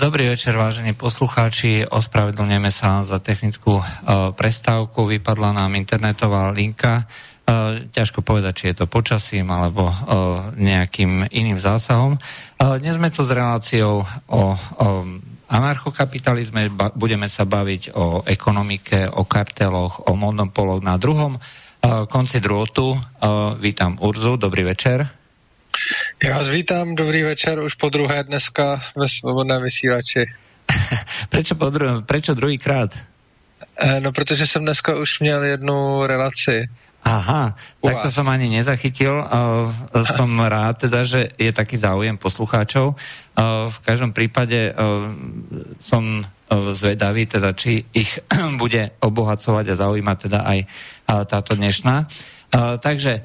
Dobrý večer, vážení poslucháči. Ospravedlňujeme sa za technickú prestávku. Vypadla nám internetová linka. Ťažko povedať, či je to počasím alebo nejakým iným zásahom. Dnes sme tu s reláciou o anarchokapitalizme. Budeme sa baviť o ekonomike, o karteloch, o monopoloch. Na druhom konci drôtu vítam Urzu. Dobrý večer. Já vás vítám, dobrý večer, už po druhé dneska ve Svobodném vysílači. Prečo druhýkrát? No, protože jsem dneska už měl jednu relaci. Aha, tak to som ani nezachytil. Som rád teda, že je taký záujem poslucháčov. V každom prípade som zvedavý, teda, či ich bude obohacovať a zaujímať teda aj táto dnešná. Takže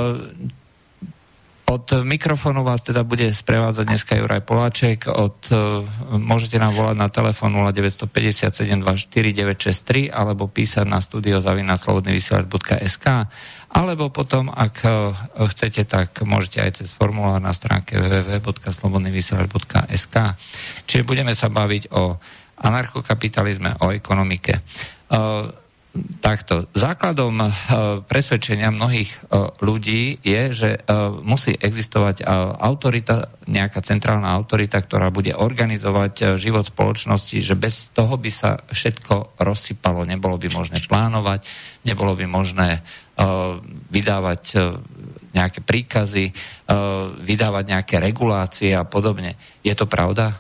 od mikrofónu vás teda bude sprevádzať dneska Juraj Poláček. Môžete nám volať na telefón 0957 24 963 alebo písať na studio@slobodnyvysielac.sk, alebo potom, ak chcete, tak môžete aj cez formulár na stránke www.slobodnyvysielac.sk. Čiže budeme sa baviť o anarchokapitalizme, o ekonomike. Takto. Základom presvedčenia mnohých ľudí je, že musí existovať autorita, nejaká centrálna autorita, ktorá bude organizovať život spoločnosti, že bez toho by sa všetko rozsypalo. Nebolo by možné plánovať, nebolo by možné vydávať nejaké príkazy, vydávať nejaké regulácie a podobne. Je to pravda?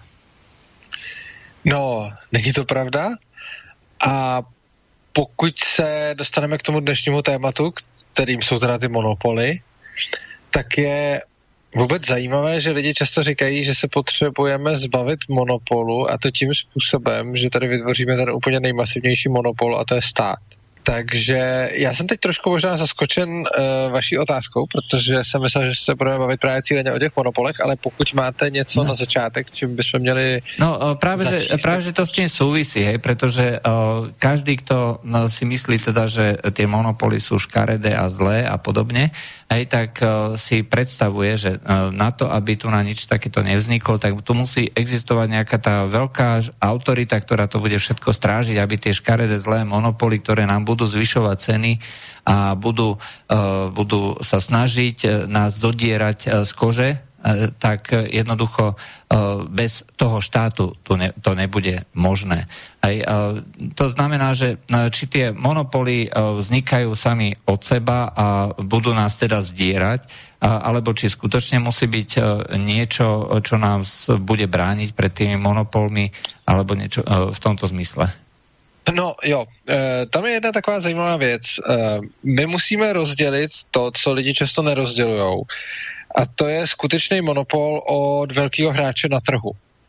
No, není to pravda. A pokud se dostaneme k tomu dnešnímu tématu, kterým jsou teda ty monopoly, tak je vůbec zajímavé, že lidi často říkají, že se potřebujeme zbavit monopolu, a to tím způsobem, že tady vytvoříme ten úplně nejmasivnější monopol, a to je stát. Takže já jsem teď trošku možná zaskočen vaší otázkou, protože jsem myslel, že se budeme bavit právě cíleně o těch monopolech, ale pokud máte něco na začátek, čím bychom měli práve, že to s tým súvisí, hej, pretože každý, kto si myslí teda, že tie monopoly sú škaredé a zlé a podobne, hej, tak si predstavuje, že na to, aby tu na nič takéto nevzniklo, tak tu musí existovať nejaká tá veľká autorita, ktorá to bude všetko strážiť, aby tie škaredé zlé monopoly, ktoré nám budú zvyšovať ceny a budú sa snažiť nás zodierať z kože, tak jednoducho bez toho štátu to nebude možné. To znamená, že či tie monopoly vznikajú sami od seba a budú nás teda zdierať, alebo či skutočne musí byť niečo, čo nás bude brániť pred tými monopolmi, alebo niečo v tomto zmysle. No jo, tam je jedna taková zajímavá věc. My musíme rozdělit to, co lidi často nerozdělujou. A to je skutečný monopol od velkého hráče na trhu.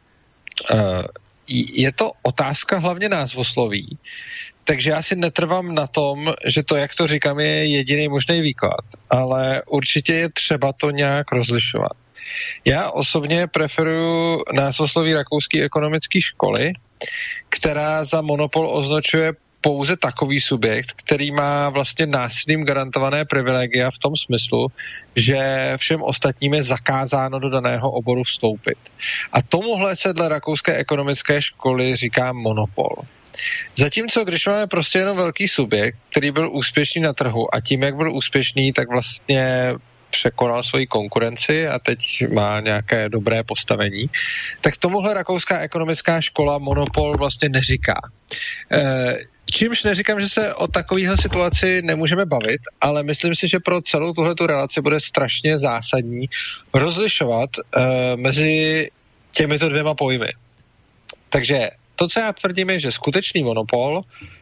Je to otázka hlavně názvosloví, takže já si netrvám na tom, že to, jak to říkám, je jediný možný výklad, ale určitě je třeba to nějak rozlišovat. Já osobně preferuju názvosloví rakouské ekonomické školy, která za monopol označuje pouze takový subjekt, který má vlastně násilím garantované privilegia v tom smyslu, že všem ostatním je zakázáno do daného oboru vstoupit. A tomuhle se dle rakouské ekonomické školy říká monopol. Zatímco, když máme prostě jenom velký subjekt, který byl úspěšný na trhu a tím, jak byl úspěšný, tak vlastně překonal svoji konkurenci a teď má nějaké dobré postavení, tak tomuhle rakouská ekonomická škola monopol vlastně neříká. Čímž neříkám, že se o takovéhle situaci nemůžeme bavit, ale myslím si, že pro celou tuhletu relaci bude strašně zásadní rozlišovat mezi těmito dvěma pojmy. Takže to, co já tvrdím, je, že skutečný monopol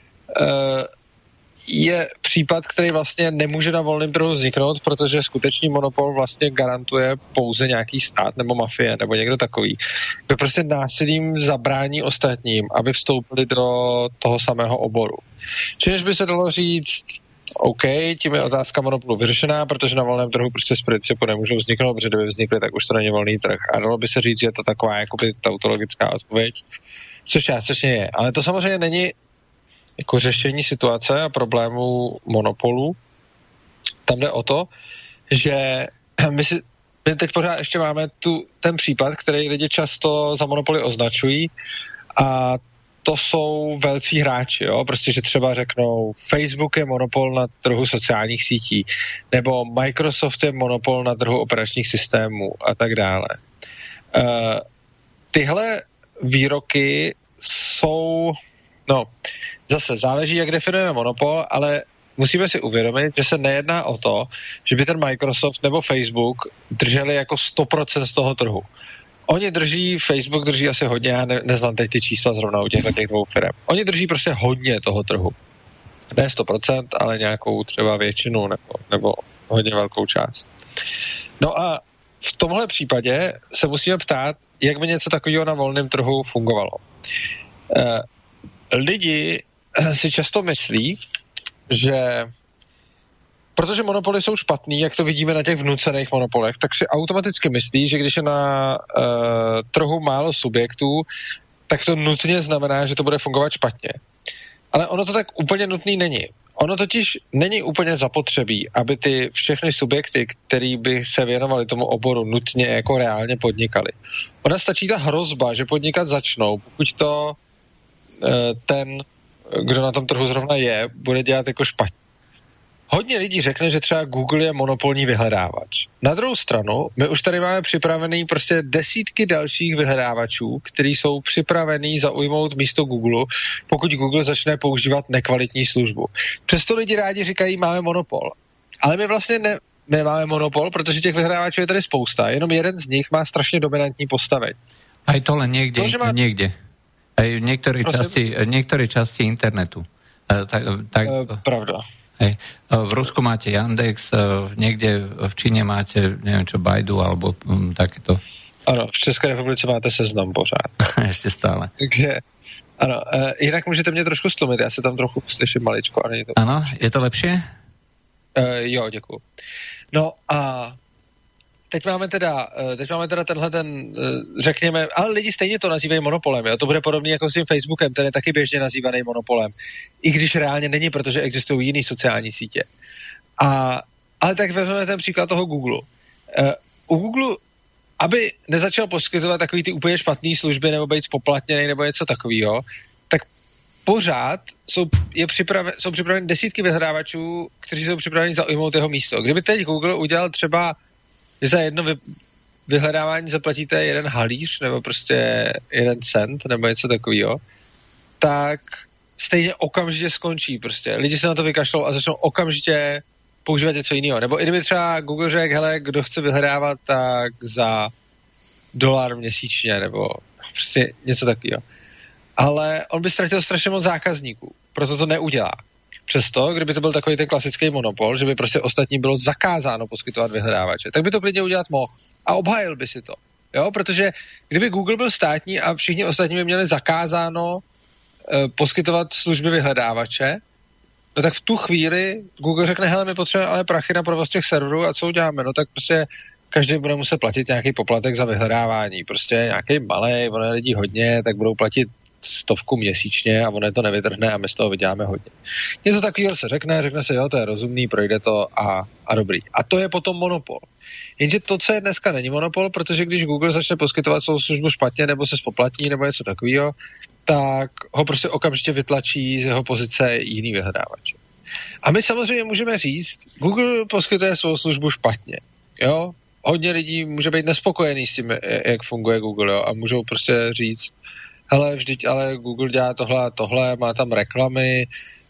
je případ, který vlastně nemůže na volném trhu vzniknout, protože skutečný monopol vlastně garantuje pouze nějaký stát nebo mafie nebo někdo takový, kdo prostě násilím zabrání ostatním, aby vstoupili do toho samého oboru. Čímž by se dalo říct, OK, tím je otázka monopolu vyřešená, protože na volném trhu prostě z principu nemůžou vzniknout, protože kdyby vznikly, tak už to není volný trh. A dalo by se říct, že je to taková jakoby tautologická odpověď, což částečně je. Ale to samozřejmě není jako řešení situace a problémů monopolu. Tam jde o to, že my si My teď pořád ještě máme ten případ, který lidi často za monopoly označují a to jsou velcí hráči, jo? Prostě, že třeba řeknou Facebook je monopol na trhu sociálních sítí, nebo Microsoft je monopol na trhu operačních systémů a tak dále. Tyhle výroky jsou, zase záleží, jak definujeme monopol, ale musíme si uvědomit, že se nejedná o to, že by ten Microsoft nebo Facebook drželi jako 100% z toho trhu. Facebook drží asi hodně, já neznám teď ty čísla zrovna u těch dvou firm. Oni drží prostě hodně toho trhu. Ne 100%, ale nějakou třeba většinu nebo hodně velkou část. No a v tomhle případě se musíme ptát, jak by něco takového na volném trhu fungovalo. Lidi si často myslí, že protože monopoly jsou špatný, jak to vidíme na těch vnucených monopolech, tak si automaticky myslí, že když je na trhu málo subjektů, tak to nutně znamená, že to bude fungovat špatně. Ale ono to tak úplně nutný není. Ono totiž není úplně zapotřebí, aby ty všechny subjekty, který by se věnovali tomu oboru, nutně jako reálně podnikali. Ona stačí ta hrozba, že podnikat začnou, pokud to ten, kdo na tom trhu zrovna je, bude dělat jako špatně. Hodně lidí řekne, že třeba Google je monopolní vyhledávač. Na druhou stranu, my už tady máme připravený prostě desítky dalších vyhledávačů, kteří jsou připravený zaujmout místo Google, pokud Google začne používat nekvalitní službu. Přesto lidi rádi říkají, máme monopol. Ale my vlastně nemáme monopol, protože těch vyhledávačů je tady spousta. Jenom jeden z nich má strašně dominantní postavení. Aj to len niekde. Aj v niektorej časti internetu. Pravda. Hej. V Rusku máte Yandex, niekde v Číne máte, neviem čo, Baidu, alebo takéto. Ano, v České republice máte Seznam pořád. Ešte stále. Takže, ano, jinak můžete mě trošku stlumit, já se tam trochu slyším maličko. Ano, je to lepšie? Jo, děkuju. No a teď máme teda tenhle řekněme, ale lidi stejně to nazývají monopolem, jo? To bude podobný jako s tím Facebookem, ten je taky běžně nazývaný monopolem. I když reálně není, protože existují jiný sociální sítě. Ale tak vezmeme ten příklad toho Google. U Google, aby nezačal poskytovat takový ty úplně špatné služby nebo být spoplatněný nebo něco takového, tak pořád jsou připraveny desítky vyhledávačů, kteří jsou připraveni zaujmout jeho místo. Kdyby teď Google udělal třeba že za jedno vyhledávání zaplatíte 1 halíř nebo prostě 1 cent nebo něco takového, tak stejně okamžitě skončí prostě. Lidi se na to vykašlou a začnou okamžitě používat něco jiného. Nebo i kdyby třeba Google řekl, hele, kdo chce vyhledávat, tak za $1 měsíčně nebo prostě něco takového. Ale on by ztratil strašně moc zákazníků, proto to neudělá. Přesto, kdyby to byl takový ten klasický monopol, že by prostě ostatní bylo zakázáno poskytovat vyhledávače, tak by to klidně udělat mohl. A obhájil by si to. Jo, protože kdyby Google byl státní a všichni ostatní by měli zakázáno poskytovat služby vyhledávače, no tak v tu chvíli Google řekne, hele, my potřebujeme ale prachy na provoz těch serverů a co uděláme? No tak prostě každý bude muset platit nějaký poplatek za vyhledávání. Prostě nějaký malej, ono je lidí hodně, tak budou platit 100 měsíčně a ono to nevytrhne a my z toho vyděláme hodně. Něco takového se řekne se, jo, to je rozumný, projde to a dobrý. A to je potom monopol. Jenže to, co je dneska, není monopol, protože když Google začne poskytovat svou službu špatně nebo se spoplatní nebo něco takového, tak ho prostě okamžitě vytlačí z jeho pozice jiný vyhledávač. A my samozřejmě můžeme říct, Google poskytuje svou službu špatně. Jo? Hodně lidí může být nespokojený s tím, jak funguje Google, jo? A můžou prostě říct, hele, vždyť ale Google dělá tohle, má tam reklamy,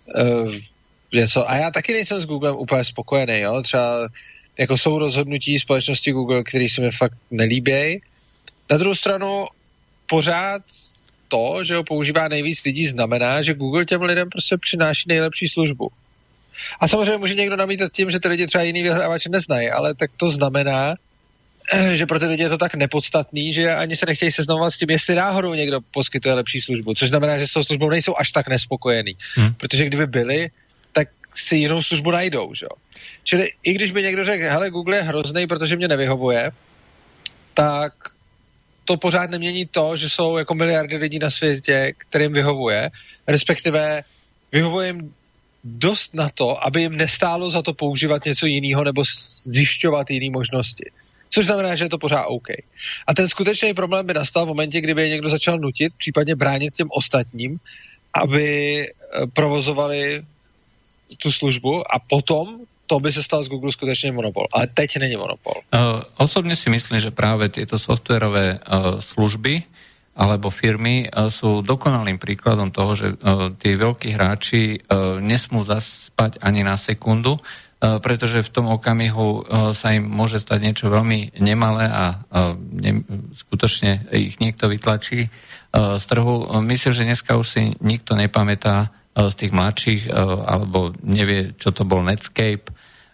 něco. A já taky nejsem s Googlem úplně spokojený, jo? Třeba jako jsou rozhodnutí společnosti Google, který se mi fakt nelíbějí. Na druhou stranu pořád to, že ho používá nejvíc lidí, znamená, že Google těm lidem prostě přináší nejlepší službu. A samozřejmě může někdo namítat tím, že ty lidi třeba jiný vyhledávače neznají, ale tak to znamená, že pro ty lidi je to tak nepodstatný, že ani se nechtějí seznamovat s tím, jestli náhodou někdo poskytuje lepší službu, což znamená, že s tou službou nejsou až tak nespokojený. Protože kdyby byli, tak si jinou službu najdou, že jo. Čili i když by někdo řekl, hele, Google je hrozný, protože mě nevyhovuje, tak to pořád nemění to, že jsou jako miliardy lidí na světě, kterým vyhovuje, respektive vyhovuje jim dost na to, aby jim nestálo za to používat něco jiného nebo zjišťovat jiné možnosti. Což znamená, že je to pořád OK. A ten skutečný problém by nastal v momentě, kdyby je někdo začal nutit, případně bránit těm ostatním, aby provozovali tu službu a potom to by se stal z Google skutečně monopol. Ale teď není monopol. Osobne si myslím, že práve tieto softwarové služby alebo firmy sú dokonalým príkladom toho, že tí veľkí hráči nesmú zaspať ani na sekundu, pretože v tom okamihu sa im môže stať niečo veľmi nemalé a skutočne ich niekto vytlačí z trhu. Myslím, že dneska už si nikto nepamätá z tých mladších, alebo nevie, čo to bol Netscape,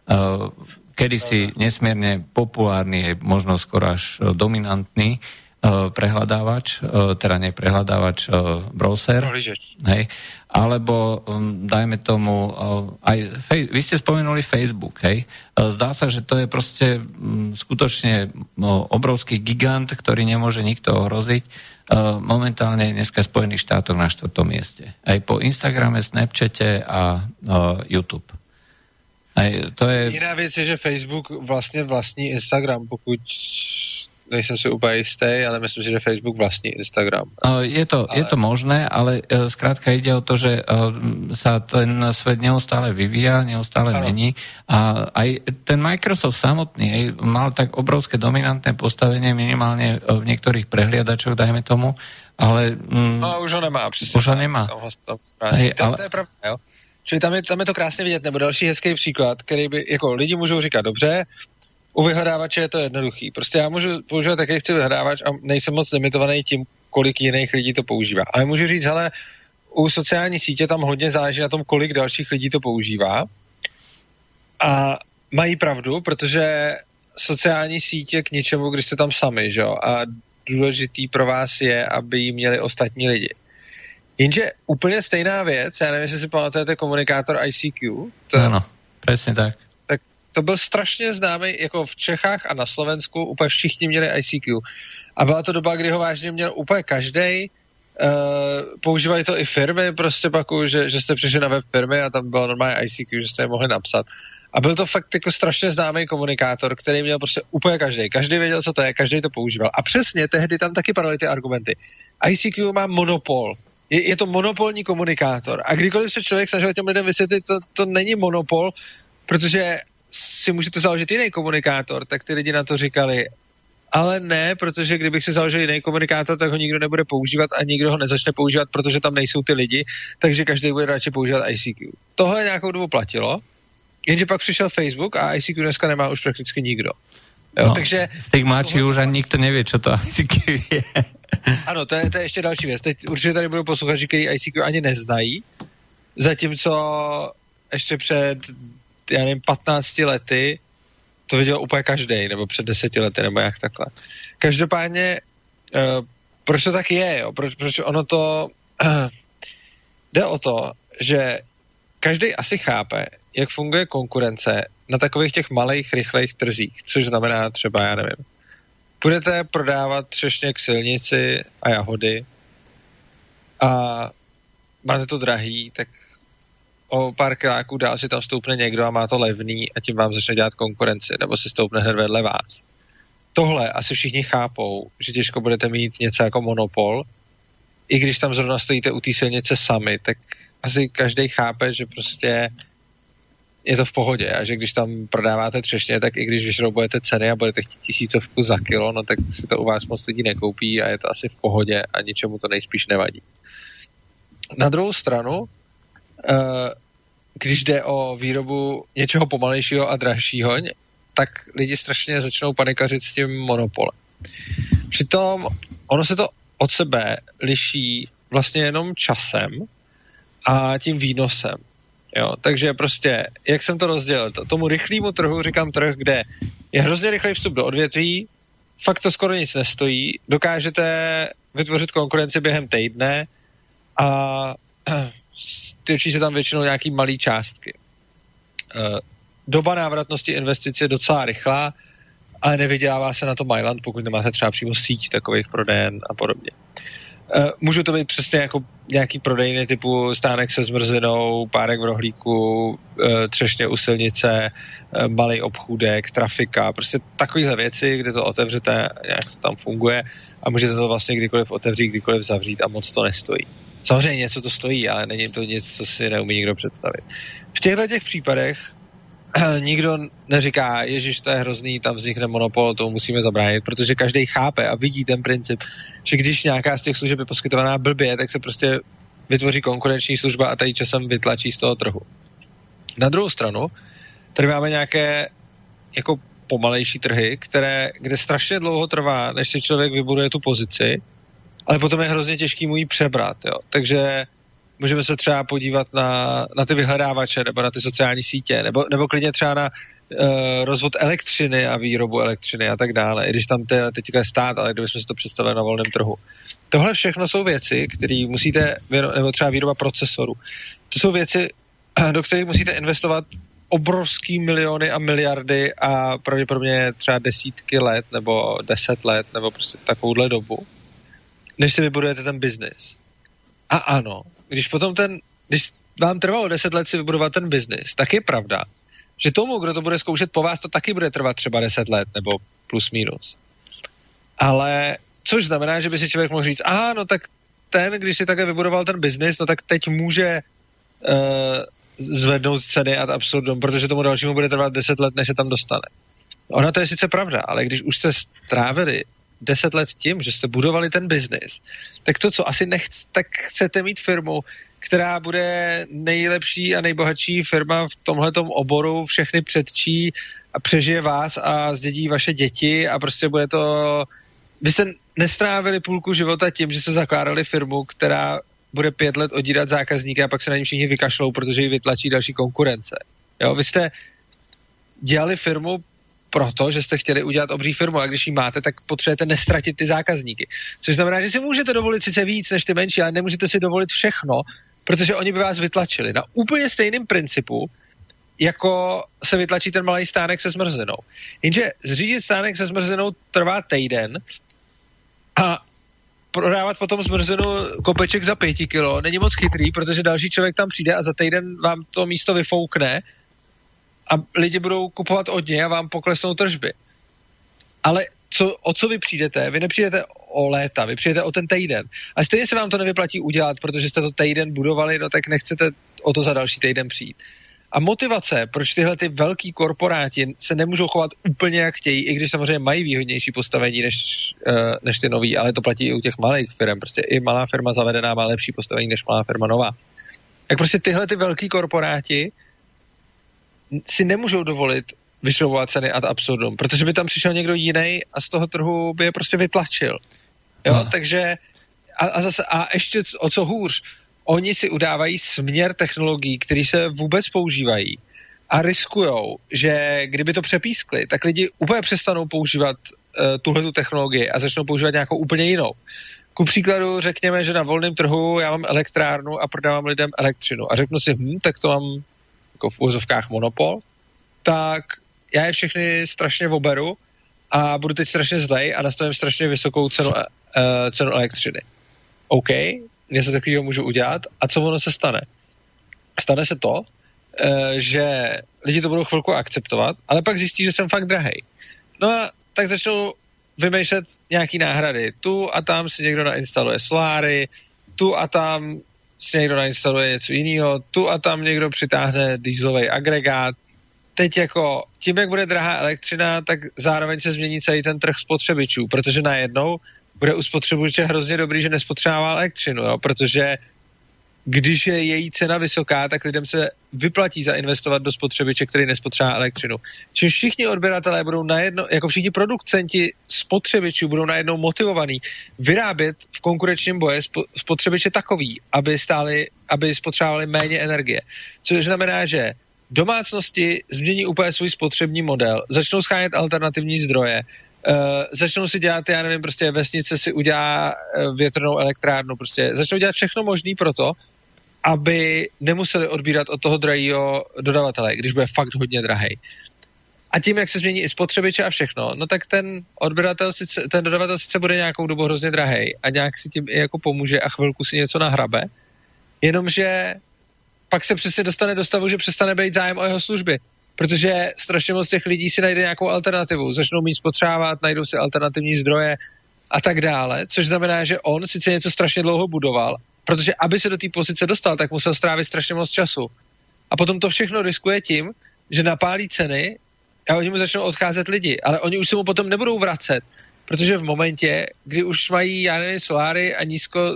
kedysi nesmierne populárny, možno skoro až dominantný prehľadávač, teda nie prehľadávač, browser. Hej. Alebo dajme tomu vy ste spomenuli Facebook, hej. Zdá sa, že to je proste skutočne obrovský gigant, ktorý nemôže nikto ohroziť. Momentálne dneska v Spojených štátoch na 4. mieste. Aj po Instagrame, Snapchate a YouTube. Aj, to je... Jiná věc je, že Facebook vlastně vlastní Instagram, pokud nejsem si úplně jistý, ale myslím si, že Facebook vlastní Instagram. Je to možné, ale skrátka ide o to, že sa ten svet neustále vyvíja, neustále mení a aj ten Microsoft samotný mal tak obrovské dominantné postavenie minimálne v niektorých prehliadačoch, dajme tomu, ale... No už ho nemá, přesně. Už ho nemá. To je pravda, jo. Čili tam je to krásně vidět, nebo další hezký příklad, který by, jako lidi můžou říkat, dobře, u vyhledávače je to jednoduchý. Prostě já můžu používat taky chci vyhledávač a nejsem moc limitovaný tím, kolik jiných lidí to používá. Ale můžu říct, hele, u sociální sítě tam hodně záleží na tom, kolik dalších lidí to používá. A mají pravdu, protože sociální sítě k ničemu, když jste tam sami, že jo? A důležitý pro vás je, aby ji měli ostatní lidi. Jenže úplně stejná věc, já nevím, jestli si pamatujete komunikátor ICQ. Ano, přesně tak. To byl strašně známý, jako v Čechách a na Slovensku úplně všichni měli ICQ. A byla to doba, kdy ho vážně měl úplně každej. Používali to i firmy, prostě pak, že jste přišli na web firmy a tam bylo normálně ICQ, že jste je mohli napsat. A byl to fakt jako strašně známý komunikátor, který měl prostě úplně každej. Každý věděl, co to je, každý to používal. A přesně tehdy tam taky padaly ty argumenty. ICQ má monopol. Je to monopolní komunikátor. A kdykoliv se člověk snažil těm lidem vysvětlit, to není monopol, protože si můžete založit jiný komunikátor, tak ty lidi na to říkali, ale ne, protože kdybych si založil jiný komunikátor, tak ho nikdo nebude používat a nikdo ho nezačne používat, protože tam nejsou ty lidi, takže každý bude radši používat ICQ. Tohle nějakou dobu platilo, jenže pak přišel Facebook a ICQ dneska nemá už prakticky nikdo. Jo, no, takže... Z těch mladších už ani nikto neví, čo to ICQ je. Ano, to je ještě další věc. Teď určitě tady budou posluchači, kteří ICQ ani neznají, zatímco ještě před, já nevím, 15 lety to viděl úplně každý, nebo před 10 lety, nebo jak takhle. Každopádně, proč to tak je, jo? Proč ono to... jde o to, že každý asi chápe, jak funguje konkurence na takových těch malých, rychlejch trzích, což znamená třeba, já nevím, budete prodávat třešně k silnici a jahody a máte to drahý, tak o pár kiláků dál si tam stoupne někdo a má to levný a tím vám začne dělat konkurenci, nebo si stoupne hned vedle vás. Tohle asi všichni chápou, že těžko budete mít něco jako monopol, i když tam zrovna stojíte u té silnice sami, tak asi každý chápe, že prostě je to v pohodě a že když tam prodáváte třešně, tak i když vyšroubujete ceny a budete chtít 1000 za kilo, no tak si to u vás moc lidí nekoupí a je to asi v pohodě a ničemu to nejspíš nevadí. Na druhou stranu, když jde o výrobu něčeho pomalejšího a drahšího, tak lidi strašně začnou panikařit s tím monopolem. Přitom ono se to od sebe liší vlastně jenom časem a tím výnosem. Jo, takže prostě, jak jsem to rozdělil, tomu rychlému trhu říkám trh, kde je hrozně rychlý vstup do odvětví, fakt to skoro nic nestojí, dokážete vytvořit konkurenci během týdne a tyčí se tam většinou nějaký malý částky. Doba návratnosti investic je docela rychlá, ale nevydělává se na to Myland, pokud nemáte třeba přímo síť takových prodejen a podobně. Můžou to být přesně jako nějaký prodejny typu stánek se zmrzlinou, párek v rohlíku, třešně u silnice, malý obchůdek, trafika, prostě takovéhle věci, kde to otevřete, nějak to tam funguje a můžete to vlastně kdykoliv otevřít, kdykoliv zavřít a moc to nestojí. Samozřejmě něco to stojí, ale není to nic, co si neumí nikdo představit. V těchto případech nikdo neříká, ježiš, to je hrozný, tam vznikne monopol, tomu musíme zabránit, protože každý chápe a vidí ten princip, že když nějaká z těch služeb je poskytovaná blbě, tak se prostě vytvoří konkurenční služba a tady časem vytlačí z toho trhu. Na druhou stranu, tady máme nějaké jako pomalejší trhy, kde strašně dlouho trvá, než si člověk vybuduje tu pozici, ale potom je hrozně těžký mu ji přebrat. Jo. Takže můžeme se třeba podívat na ty vyhledávače nebo na ty sociální sítě, nebo klidně třeba na rozvod elektřiny a výrobu elektřiny a tak dále, i když tam teďka je stát, ale kdybychom si to představili na volném trhu. Tohle všechno jsou věci, které musíte, nebo třeba výroba procesorů. To jsou věci, do kterých musíte investovat obrovský miliony a miliardy a pravděpodobně třeba desítky let nebo 10 let nebo prostě takovouhle dobu, než si vybudujete ten biznis. A ano, když vám trvalo 10 let si vybudovat ten biznis, tak je pravda, že tomu, kdo to bude zkoušet po vás, to taky bude trvat třeba 10 let nebo plus minus. Ale což znamená, že by si člověk mohl říct, aha, no tak ten, když si také vybudoval ten biznis, no tak teď může zvednout ceny ad absurdum, protože tomu dalšímu bude trvat 10 let, než se tam dostane. Ona to je sice pravda, ale když už jste strávili 10 let tím, že jste budovali ten biznis, tak to, co asi tak chcete mít firmu, která bude nejlepší a nejbohatší firma v tomhletom oboru, všechny předčí a přežije vás a zdědí vaše děti a prostě bude to... Vy jste nestrávili půlku života tím, že jste zakládali firmu, která bude 5 let odírat zákazníky a pak se na ní všichni vykašlou, protože ji vytlačí další konkurence. Jo, vy jste dělali firmu proto, že jste chtěli udělat obří firmu a když ji máte, tak potřebujete nestratit ty zákazníky. Což znamená, že si můžete dovolit sice víc než ty menší, ale nemůžete si dovolit všechno, protože oni by vás vytlačili. Na úplně stejným principu, jako se vytlačí ten malý stánek se zmrzlinou. Jenže zřídit stánek se zmrzlinou trvá týden a prodávat potom zmrzlinu kopeček za 5 kilo není moc chytrý, protože další člověk tam přijde a za týden vám to místo vyfoukne a lidi budou kupovat od něj a vám poklesnou tržby. Ale o co vy přijdete? Vy nepřijdete o léta, vy přijdete o ten týden. A stejně se vám to nevyplatí udělat, protože jste to týden budovali, no tak nechcete o to za další týden přijít. A motivace, proč tyhle ty velký korporáti se nemůžou chovat úplně jak chtějí, i když samozřejmě mají výhodnější postavení než ty nový, ale to platí i u těch malých firm. Prostě i malá firma zavedená má lepší postavení než malá firma nová. Tak prostě tyhle ty velký korporáti si nemůžou dovolit vyšroubovat ceny ad absurdum, protože by tam přišel někdo jiný a z toho trhu by je prostě vytlačil. Jo, takže a ještě o co hůř, oni si udávají směr technologií, které se vůbec používají a riskujou, že kdyby to přepískli, tak lidi úplně přestanou používat tuhletu technologii a začnou používat nějakou úplně jinou. Ku příkladu řekněme, že na volném trhu já mám elektrárnu a prodávám lidem elektřinu a řeknu si, tak to mám jako v úvozovkách monopol, tak já je všechny strašně oberu a budu teď strašně zlej a nastavím strašně vysokou cenu elektřiny. OK, něco takového můžu udělat a co ono se stane? Stane se to, že lidi to budou chvilku akceptovat, ale pak zjistí, že jsem fakt drahej. No a tak začnou vymýšlet nějaký náhrady. Tu a tam si někdo nainstaluje soláry, tu a tam si někdo nainstaluje něco jiného, tu a tam někdo přitáhne dieselový agregát. Teď jako tím, jak bude drahá elektřina, tak zároveň se změní celý ten trh spotřebičů, protože najednou bude u spotřebiče hrozně dobrý, že nespotřebává elektřinu, jo? Protože když je její cena vysoká, tak lidem se vyplatí zainvestovat do spotřebiče, který nespotřebává elektřinu. Čímž všichni odběratelé budou najednou, jako všichni producenti spotřebičů budou najednou motivovaní vyrábět v konkurenčním boji spotřebiče takový, aby spotřebovali méně energie. Což znamená, že domácnosti změní úplně svůj spotřební model, začnou schánět alternativní zdroje, začnou si dělat, já nevím, prostě vesnice si udělá větrnou elektrárnu, prostě začnou dělat všechno možné pro to, aby nemuseli odbírat od toho drahého dodavatele, když bude fakt hodně drahej. A tím, jak se změní i spotřebiče a všechno, no tak ten dodavatel sice bude nějakou dobu hrozně drahej a nějak si tím i jako pomůže a chvilku si něco nahrabe, jenomže pak se přesně dostane do stavu, že přestane být zájem o jeho služby, protože strašně moc těch lidí si najde nějakou alternativu, začnou mít spotřebovat, najdou si alternativní zdroje a tak dále, což znamená, že on sice něco strašně dlouho budoval, protože aby se do té pozice dostal, tak musel strávit strašně moc času. A potom to všechno riskuje tím, že napálí ceny a oni mu začnou odcházet lidi, ale oni už se mu potom nebudou vracet, protože v momentě, kdy už mají, já nevím, soláry a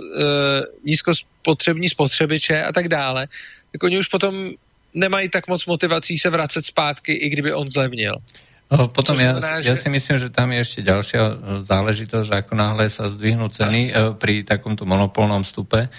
nízkospotřební spotřebiče a tak dále, tak oni už potom nemají tak moc motivací se vracet zpátky, i kdyby on zlevnil. Potom ja si myslím, že tam je ešte ďalšia záležitosť, že ako náhle sa zdvihnú ceny pri takomto monopolnom vstupe,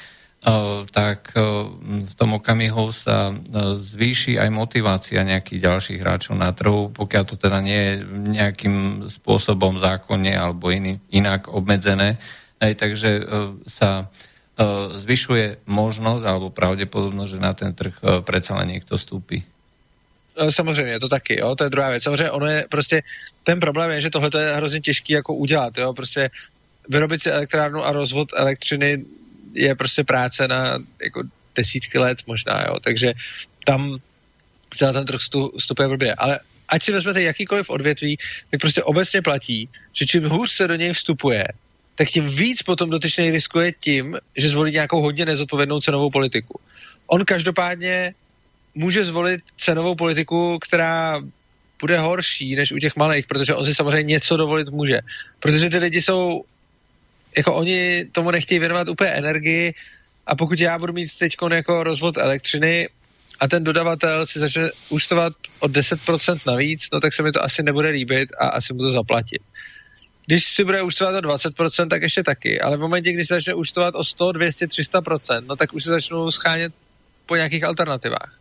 tak v tom okamihu sa zvýši aj motivácia nejakých ďalších hráčov na trhu, pokiaľ to teda nie je nejakým spôsobom zákonne alebo inak obmedzené. Takže sa zvyšuje možnosť alebo pravdepodobnosť, že na ten trh predsa len niekto vstúpi. Samozřejmě, to taky, jo, to je druhá věc. Samozřejmě ono je prostě, ten problém je, že tohle je hrozně těžký jako udělat, jo, prostě vyrobit si elektrárnu a rozvod elektřiny je prostě práce na jako desítky let možná, jo, takže tam se na ten trh vstupuje blbě, ale ať si vezmete jakýkoliv odvětví, tak prostě obecně platí, že čím hůř se do něj vstupuje, tak tím víc potom dotyčnej riskuje tím, že zvolí nějakou hodně nezodpovědnou cenovou politiku. On každopádně může zvolit cenovou politiku, která bude horší než u těch malých, protože on si samozřejmě něco dovolit může. Protože ty lidi jsou, jako oni tomu nechtějí věnovat úplně energii a pokud já budu mít teď jako rozvod elektřiny a ten dodavatel si začne účtovat o 10% navíc, no tak se mi to asi nebude líbit a asi mu to zaplatit. Když si bude účtovat o 20%, tak ještě taky, ale v momentě, když se začne účtovat o 100, 200, 300%, no tak už se začnou schánět po nějakých alternativách.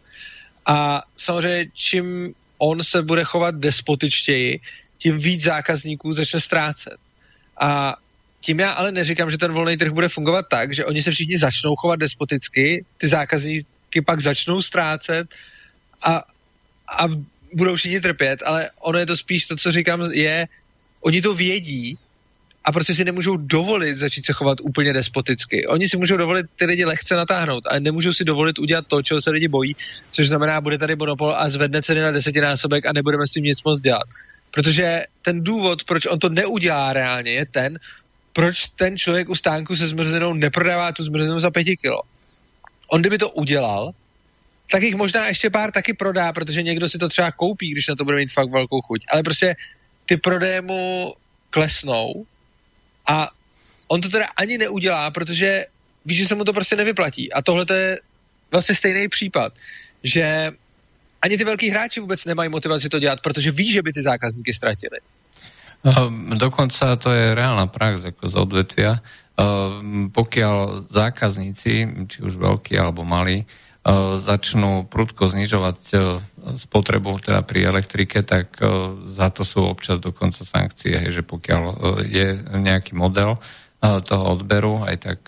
A samozřejmě, čím on se bude chovat despotičtěji, tím víc zákazníků začne ztrácet. A tím já ale neříkám, že ten volný trh bude fungovat tak, že oni se všichni začnou chovat despoticky, ty zákazníky pak začnou ztrácet a budou všichni trpět, ale ono je to spíš to, co říkám, je, oni to vědí a prostě si nemůžou dovolit začít se chovat úplně despoticky. Oni si můžou dovolit ty lidi lehce natáhnout, ale nemůžou si dovolit udělat to, čeho se lidi bojí, což znamená, bude tady monopol a zvedne ceny na 10násobek a nebudeme s tím nic moc dělat. Protože ten důvod, proč on to neudělá reálně, je ten, proč ten člověk u stánku se zmrzlinou neprodává tu zmrzlinu za 5 kilo. On kdyby to udělal, tak jich možná ještě pár taky prodá, protože někdo si to třeba koupí, když na to bude mít fakt velkou chuť. Ale prostě ty prodeje mu klesnou a on to teda ani neudělá, protože víš, že se mu to prostě nevyplatí. A tohle to je vlastně stejný případ, že ani ty velký hráči vůbec nemají motivaci to dělat, protože ví, že by ty zákazníky ztratili. Dokonca to je reálna prax ako z odvetvia. Pokiaľ zákazníci, či už veľkí alebo malí, začnú prudko znižovať spotrebu teda pri elektrike, tak za to sú občas dokonca sankcie, že pokiaľ je nejaký model toho odberu, aj tak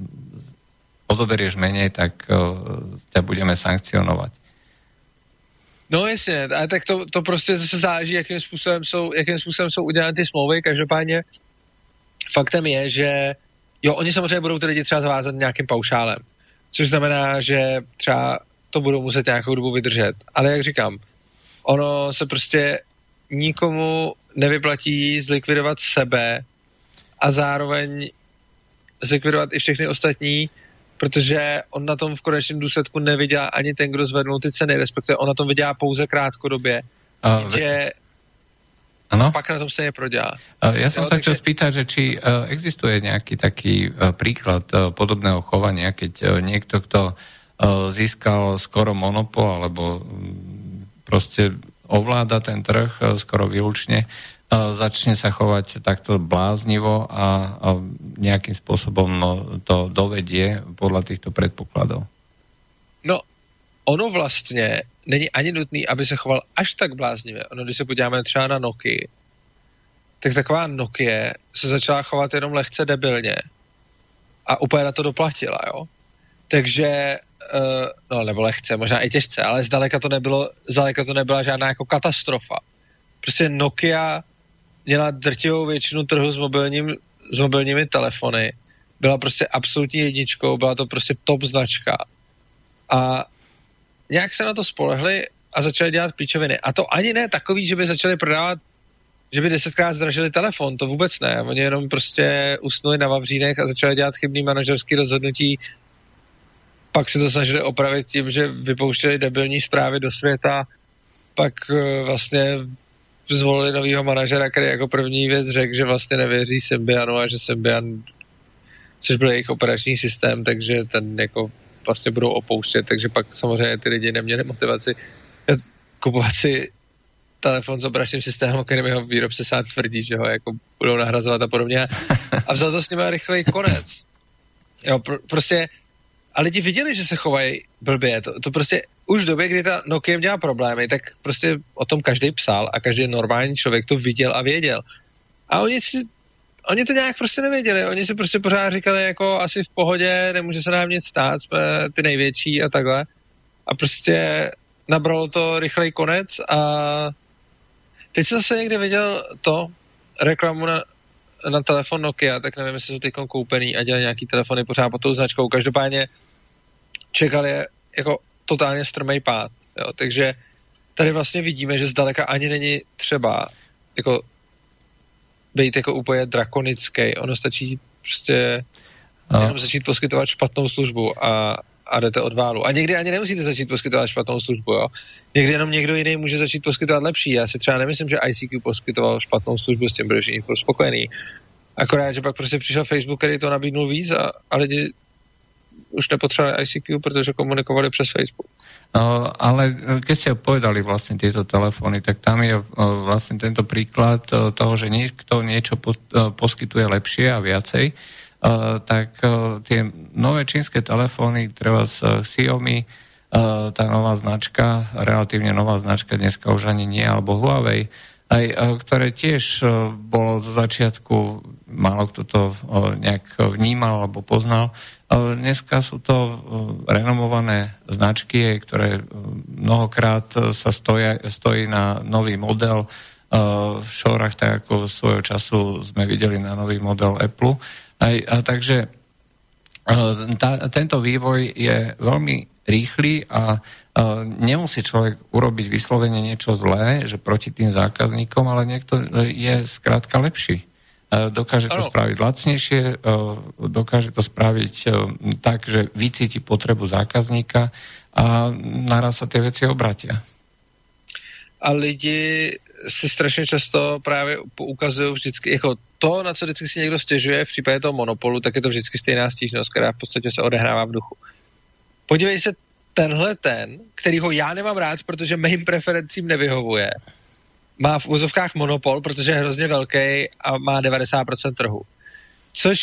odoberieš menej, tak ťa budeme sankcionovať. No jasně, ale tak to prostě zase záleží, jakým způsobem jsou udělány ty smlouvy. Každopádně faktem je, že jo, oni samozřejmě budou ty lidi třeba zavázat nějakým paušálem, což znamená, že třeba to budou muset nějakou dobu vydržet. Ale jak říkám, ono se prostě nikomu nevyplatí zlikvidovat sebe a zároveň zlikvidovat i všechny ostatní, protože on na tom v konečném důsledku nevydělá ani ten, kdo zvednul ty ceny, respektive on na tom vydělá pouze krátkodobě, že pak na tom stejně prodělá. Ja som sa chcel spýtať, že či existuje nejaký taký príklad podobného chovania, keď niekto, kto získal skoro monopol, alebo proste ovláda ten trh skoro výlučne, začne sa chovať takto bláznivo a nejakým spôsobom to dovedie podľa týchto predpokladov. No, ono vlastně není ani nutný, aby se choval až tak bláznivě. Ono, když se podíváme třeba na Nokia, tak taková Nokia se začala chovat jenom lehce debilně a úplně na to doplatila, jo. Takže, no nebo lehce, možná i těžce, ale zdaleka to nebyla žádná jako katastrofa. prostě Nokia měla drtivou většinu trhu s mobilními telefony. Byla prostě absolutní jedničkou, byla to prostě top značka. A nějak se na to spolehli a začali dělat píčoviny. A to ani ne takový, že by začali prodávat, že by 10krát zdražili telefon, to vůbec ne. Oni jenom prostě usnuli na vavřínech a začali dělat chybný manažerský rozhodnutí. Pak se to snažili opravit tím, že vypouštěli debilní zprávy do světa, pak vlastně zvolili novýho manažera, který jako první věc řekl, že vlastně nevěří Symbianu a že Symbian, což byl jejich operační systém, takže ten jako vlastně budou opouštět, takže pak samozřejmě ty lidi neměli motivaci kupovat si telefon s operačním systémem, kterým jeho výrobce sám tvrdí, že ho jako budou nahrazovat a podobně. A vzal to s nimi rychlej konec. Jo, prostě a lidi viděli, že se chovají blbě. To prostě už v době, kdy ta Nokia měla problémy, tak prostě o tom každý psal a každý normální člověk to viděl a věděl. A oni to nějak prostě nevěděli. Oni si prostě pořád říkali jako asi v pohodě, nemůže se nám nic stát, jsme ty největší a takhle. A prostě nabralo to rychlej konec a teď jsem zase někde viděl reklamu na telefon Nokia, tak nevím, jestli jsou teď koupený a dělají nějaký telefony pořád pod tou značkou. Každopádně čekali jako totálně strmej pád. Jo. Takže tady vlastně vidíme, že zdaleka ani není třeba jako být jako úplně drakonický. Ono stačí prostě jenom začít poskytovat špatnou službu a jdete od válu. A někdy ani nemusíte začít poskytovat špatnou službu, jo. Někdy jenom někdo jiný může začít poskytovat lepší. Já si třeba nemyslím, že ICQ poskytoval špatnou službu, s tím byl všichni spokojený. Akorát, že pak prostě přišel Facebook, který to nabídnul víc a lidi už nepotřebovali ICQ, protože komunikovali přes Facebook. Ale keď ste povedali vlastne tieto telefóny, tak tam je vlastne tento príklad toho, že niekto niečo poskytuje lepšie a viacej, tak tie nové čínske telefóny, treba z Xiaomi, tá nová značka, relatívne nová značka, dneska už ani nie, alebo Huawei, aj ktoré tiež bolo zo začiatku, málo kto to nejak vnímal alebo poznal. Dneska sú to renomované značky, ktoré mnohokrát sa stojí na nový model v šórach, tak ako svojho času sme videli na nový model Apple. Takže tento vývoj je veľmi rýchly a nemusí človek urobiť vyslovene niečo zlé, že proti tým zákazníkom, ale niekto je skrátka lepší. Dokáže to spraviť lacnejšie, dokáže to spraviť tak, že vycíti potrebu zákazníka a naraz sa tie veci obratia. A lidi si strašně často právě ukazují vždycky, jako to, na co vždycky si někdo stěžuje v případě toho monopolu, tak je to vždycky stejná stížnost, která v podstatě se odehrává v duchu. Podívej se, kterýho já nemám rád, protože mým preferencím nevyhovuje, má v úzovkách monopol, protože je hrozně velký a má 90% trhu. Což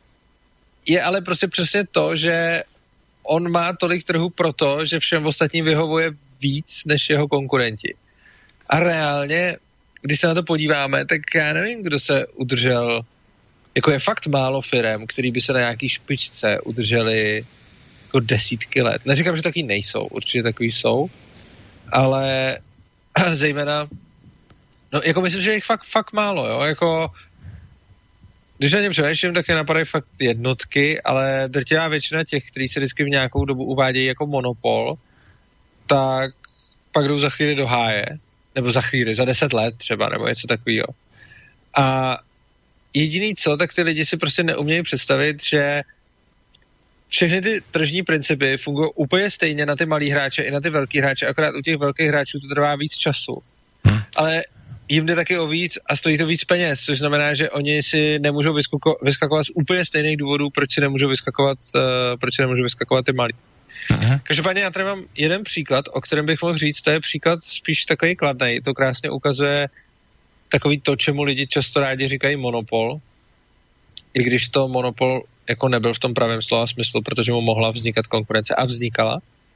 je ale prostě přesně to, že on má tolik trhu proto, že všem ostatním vyhovuje víc než jeho konkurenti. A reálně, když se na to podíváme, tak já nevím, kdo se udržel, jako je fakt málo firem, který by se na nějaký špičce udrželi jako desítky let. Neříkám, že taky nejsou, určitě takový jsou, ale zejména no, jako myslím, že je jich fakt málo, jo, jako když na něm přemýšlím, tak je napadají fakt jednotky, ale drtivá většina těch, kteří se vždycky v nějakou dobu uvádějí jako monopol, tak pak jdou za chvíli do háje, nebo za chvíli, za 10 let třeba, nebo něco takového. A jediný co, tak ty lidi si prostě neumějí představit, že všechny ty tržní principy fungují úplně stejně na ty malý hráče i na ty velký hráče, akorát u těch velkých hráčů to trvá víc času. Ale jim jde taky o víc a stojí to víc peněz, což znamená, že oni si nemůžou vyskakovat z úplně stejných důvodů, proč nemůžou vyskakovat ty malí. Každopádně já tady mám jeden příklad, o kterém bych mohl říct, to je příklad spíš takový kladnej, to krásně ukazuje takový to, čemu lidi často rádi říkají monopol, i když to monopol jako nebyl v tom pravém slova smyslu, protože mu mohla vznikat konkurence a vznikala.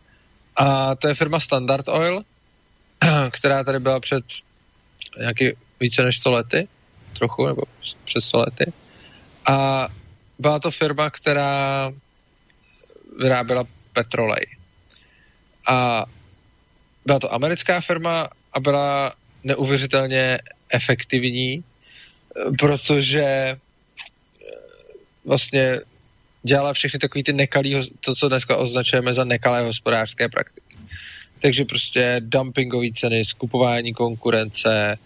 A to je firma Standard Oil, která tady byla před nějaký více než 100 lety, trochu, nebo před 100 lety. A byla to firma, která vyráběla petrolej. A byla to americká firma a byla neuvěřitelně efektivní, protože vlastně dělala všechny takový ty nekalý, to, co dneska označujeme za nekalé hospodářské praktiky. Takže prostě dumpingové ceny, skupování konkurence,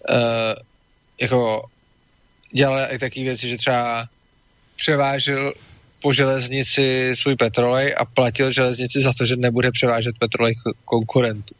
jako dělala i takové věci, že třeba převážel po železnici svůj petrolej a platil železnici za to, že nebude převážet petrolej konkurentů.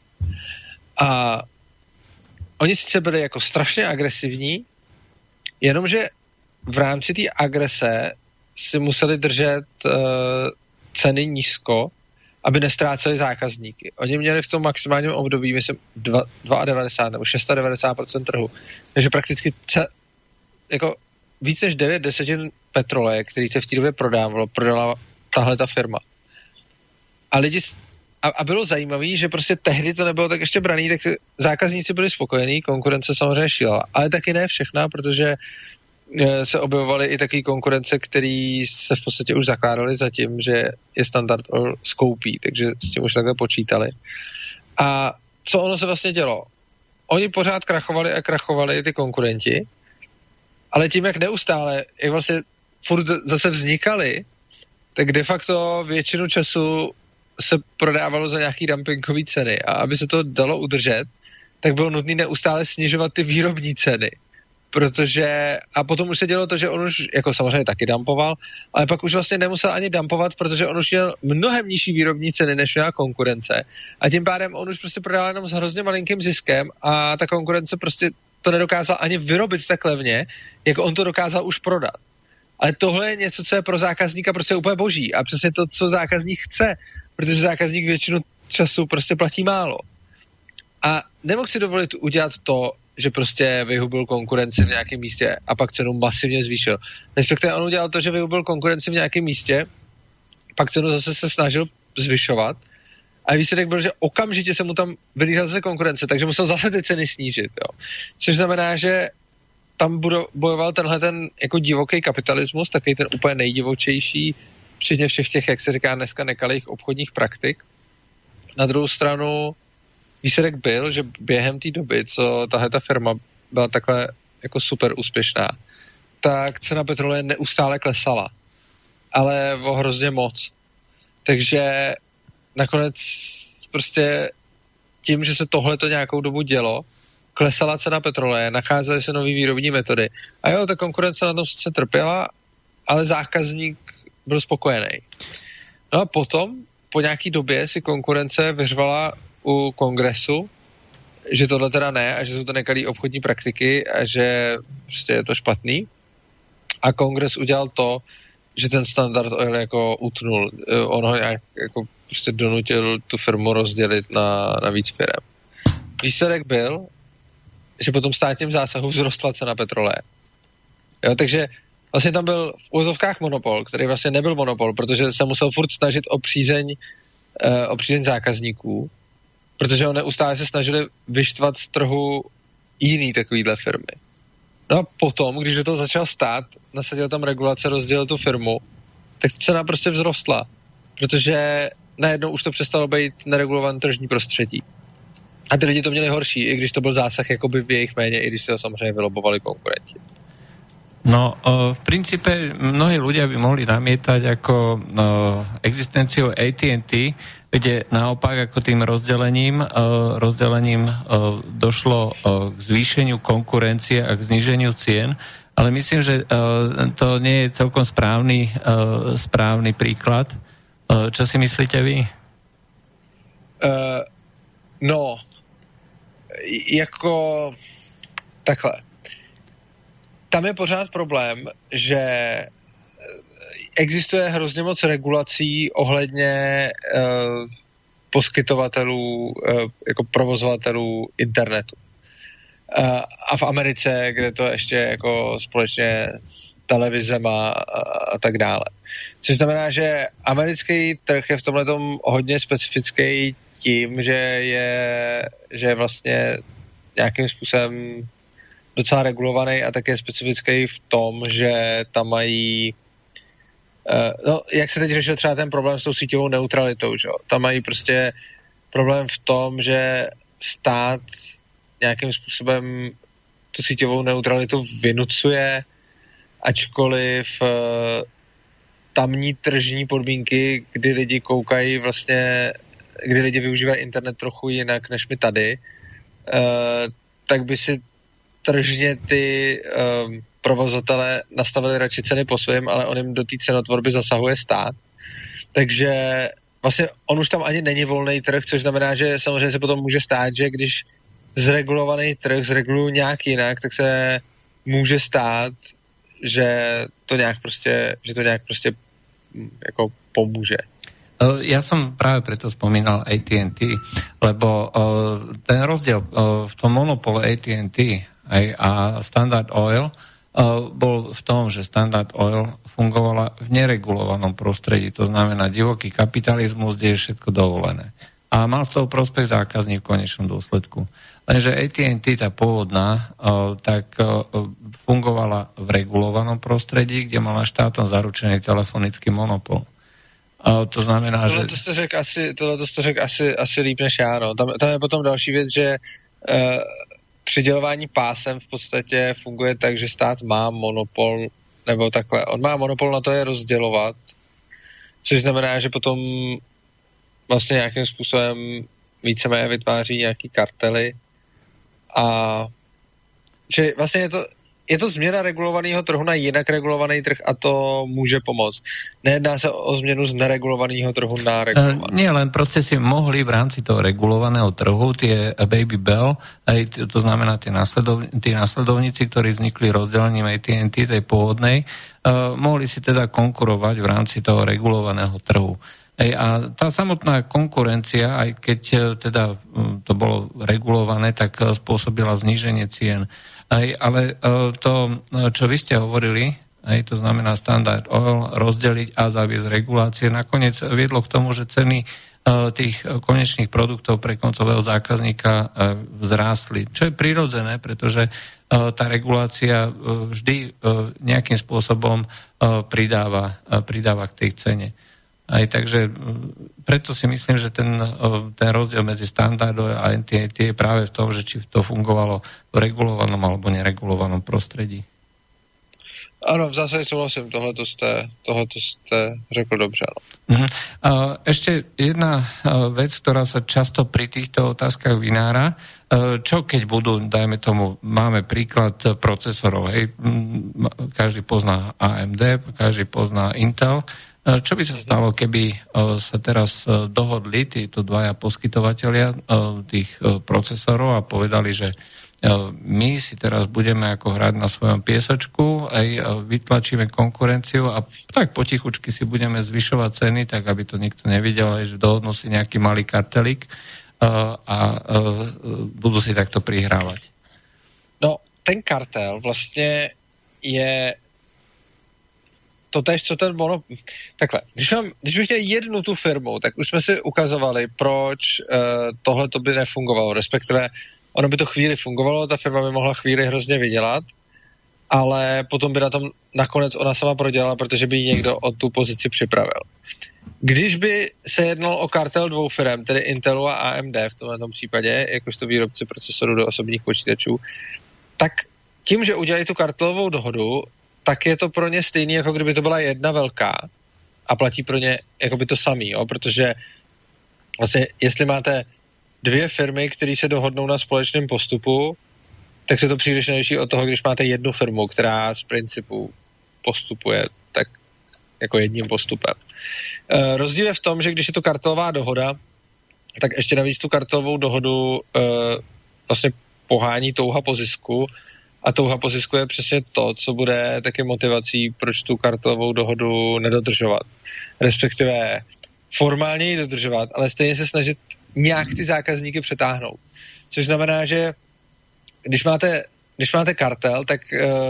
A oni sice byli jako strašně agresivní, jenomže v rámci té agrese si museli držet ceny nízko, aby nestráceli zákazníky. Oni měli v tom maximálním období, myslím, 92 nebo 690% trhu. Takže prakticky jako víc než 9/10 petroleje, který se v té době prodala tahle ta firma. A lidi a bylo zajímavé, že prostě tehdy to nebylo tak ještě braný, tak zákazníci byli spokojení, konkurence samozřejmě šílela, ale taky ne všechna, protože se objevovaly i takové konkurence, které se v podstatě už zakládaly za tím, že je Standard Oil skoupí, takže s tím už takhle počítali. A co ono se vlastně dělo? Oni pořád krachovali ty konkurenti, ale tím, jak neustále, jak vlastně furt zase vznikaly, tak de facto většinu času se prodávalo za nějaký dumpingové ceny a aby se to dalo udržet, tak bylo nutné neustále snižovat ty výrobní ceny. Protože, a potom už se dělo to, že on už, jako samozřejmě taky dumpoval, ale pak už vlastně nemusel ani dumpovat, protože on už měl mnohem nižší výrobní ceny, než měla konkurence. A tím pádem on už prostě prodával jenom s hrozně malinkým ziskem a ta konkurence prostě to nedokázala ani vyrobit tak levně, jako on to dokázal už prodat. Ale tohle je něco, co je pro zákazníka prostě úplně boží a přesně to, co zákazník chce, protože zákazník většinu času prostě platí málo. A nemohl si dovolit udělat to, že prostě vyhubil konkurenci v nějakém místě a pak cenu masivně zvýšil. Respektive on udělal to, že vyhubil konkurenci v nějakém místě, pak cenu zase se snažil zvyšovat a výsledek byl, že okamžitě se mu tam vylíhla zase konkurence, takže musel zase ty ceny snížit. Jo. Což znamená, že tam bojoval tenhle ten jako divoký kapitalismus, takový ten úplně nejdivočejší, včetně všech těch, jak se říká dneska, nekalých obchodních praktik. Na druhou stranu výsledek byl, že během té doby, co tahleta firma byla takhle jako super úspěšná, tak cena petroleje neustále klesala. Ale o hrozně moc. Takže nakonec prostě tím, že se tohleto nějakou dobu dělo, klesala cena petroleje, nacházely se nové výrobní metody. A jo, ta konkurence na tom sice trpěla, ale zákazník byl spokojený. No a potom, po nějaký době si konkurence vyřvala u kongresu, že tohle teda ne a že jsou to nekalý obchodní praktiky a že prostě je to špatný. A kongres udělal to, že ten Standard Oil jako utnul. On ho nějak jako prostě donutil tu firmu rozdělit na víc firem. Výsledek byl, že po tom státním zásahu vzrostla cena petroleje. Jo, takže vlastně tam byl v úvozovkách monopol, který vlastně nebyl monopol, protože se musel furt snažit o přízeň zákazníků, protože ho neustále se snažili vyštvat z trhu jiný takovýhle firmy. No a potom, když do toho začal stát, nasadil tam regulace, rozdělil tu firmu, tak cena prostě vzrostla, protože najednou už to přestalo být neregulované tržní prostředí. A ty lidi to měli horší, i když to byl zásah jakoby v jejich méně, i když se ho samozřejmě vylobovali konkurenti. No, v princípe mnohí ľudia by mohli namietať ako existenciu AT&T, kde naopak ako tým rozdelením došlo k zvýšeniu konkurencie a k zníženiu cien, ale myslím, že to nie je celkom správny príklad. Čo si myslíte vy? No, jako takhle. Tam je pořád problém, že existuje hrozně moc regulací ohledně poskytovatelů, jako provozovatelů internetu. A v Americe, kde to ještě jako společně s televizema a tak dále. Což znamená, že americký trh je v tomhletom hodně specifický tím, že je vlastně nějakým způsobem docela regulovaný a také specifický v tom, že tam mají jak se teď řešil třeba ten problém s tou síťovou neutralitou, že? Tam mají prostě problém v tom, že stát nějakým způsobem tu síťovou neutralitu vynucuje, ačkoliv tamní tržní podmínky, kdy lidi koukají vlastně, kdy lidi využívají internet trochu jinak než my tady, tak by si tržně ty provozatele nastavili radši ceny po svém, ale on jim do té cenotvorby zasahuje stát. Takže vlastně on už tam ani není volný trh, což znamená, že samozřejmě se potom může stát, že když zregulovaný trh zregulují nějak jinak, tak se může stát, že to nějak prostě jako pomůže. Ja som práve preto spomínal AT&T, lebo ten rozdiel v tom monopole AT&T a Standard Oil bol v tom, že Standard Oil fungovala v neregulovanom prostredí, to znamená divoký kapitalizmus, kde je všetko dovolené. A mal z toho prospech zákazník v konečnom dôsledku. Lenže AT&T, tá pôvodná, tak fungovala v regulovanom prostredí, kde mala štátom zaručený telefonický monopol. To znamená, že... Tohle to řekl asi líp než já, no. Tam je potom další věc, že přidělování pásem v podstatě funguje tak, že stát má monopol, nebo takhle, on má monopol na to je rozdělovat, což znamená, že potom vlastně nějakým způsobem víceméně vytváří nějaký kartely a že vlastně je to změna regulovaného trhu na jinak regulovaný trh a to může pomoct. Nejedná se o změnu z neregulovaného trhu na regulovaný. Nie, len proste si mohli v rámci toho regulovaného trhu tie Baby Bell, aj to znamená tí následovníci, ktorí vznikli rozdelením AT&T, tej pôvodnej, mohli si teda konkurovať v rámci toho regulovaného trhu. A tá samotná konkurencia, aj keď teda to bolo regulované, tak spôsobila zníženie cien. Ale to, čo vy ste hovorili, to znamená Standard Oil, rozdeliť a zaviesť regulácie, nakoniec viedlo k tomu, že ceny tých konečných produktov pre koncového zákazníka vzrástli. Čo je prirodzené, pretože tá regulácia vždy nejakým spôsobom pridáva k tej cene. Takže preto si myslím, že ten rozdiel medzi Standardom a AT&T je práve v tom, že či to fungovalo v regulovanom alebo neregulovanom prostredí. Áno, v zásade súhlasím, tohoto ste řekl dobře. Ešte jedna vec, ktorá sa často pri týchto otázkach vynára. Čo keď budú, dajme tomu, máme príklad procesorov, hej, každý pozná AMD, každý pozná Intel. Čo by sa stalo, keby sa teraz dohodli títo dvaja poskytovatelia tých procesorov a povedali, že my si teraz budeme ako hrať na svojom piesočku, aj vytlačíme konkurenciu a tak potichučky si budeme zvyšovať ceny, tak aby to nikto nevidel, že dohodnú si nejaký malý kartelík a budú si takto prihrávať. No, ten kartel vlastně je to tež, co ten Takhle, když bych měl jednu tu firmu, tak už jsme si ukazovali, proč tohle to by nefungovalo, respektive ono by to chvíli fungovalo, ta firma by mohla chvíli hrozně vydělat, ale potom by na tom nakonec ona sama prodělala, protože by ji někdo o tu pozici připravil. Když by se jednalo o kartel dvou firm, tedy Intelu a AMD v tomto případě, jakožto výrobci procesorů do osobních počítačů, tak tím, že udělají tu kartelovou dohodu, tak je to pro ně stejný, jako kdyby to byla jedna velká a platí pro ně jako by to samý, jo? Protože vlastně jestli máte dvě firmy, které se dohodnou na společném postupu, tak se to příliš neliší od toho, když máte jednu firmu, která z principu postupuje tak jako jedním postupem. Rozdíl je v tom, že když je to kartelová dohoda, tak ještě navíc tu kartelovou dohodu vlastně pohání touha po zisku a touha po zisku je přesně to, co bude taky motivací, proč tu kartelovou dohodu nedodržovat. Respektive formálně ji dodržovat, ale stejně se snažit nějak ty zákazníky přetáhnout. Což znamená, že když máte kartel, tak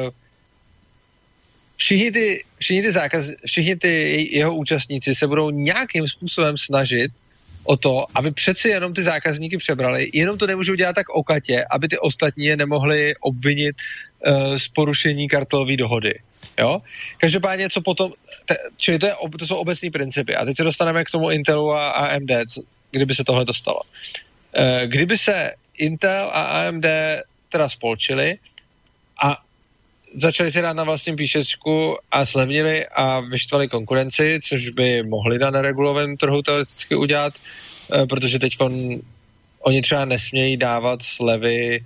všichni ty jeho účastníci se budou nějakým způsobem snažit o to, aby přeci jenom ty zákazníky přebrali, jenom to nemůžou dělat tak okatě, aby ty ostatní je nemohli obvinit z porušení kartelové dohody. Jo? Každopádně, co potom, čili to jsou obecní principy. A teď se dostaneme k tomu Intelu a AMD, kdyby se tohle dostalo. Kdyby se Intel a AMD teda spolčili a začali si dát na vlastním píšečku a slevnili a vyštvali konkurenci, což by mohli na neregulovém trhu teoreticky udělat, protože teď oni třeba nesmějí dávat slevy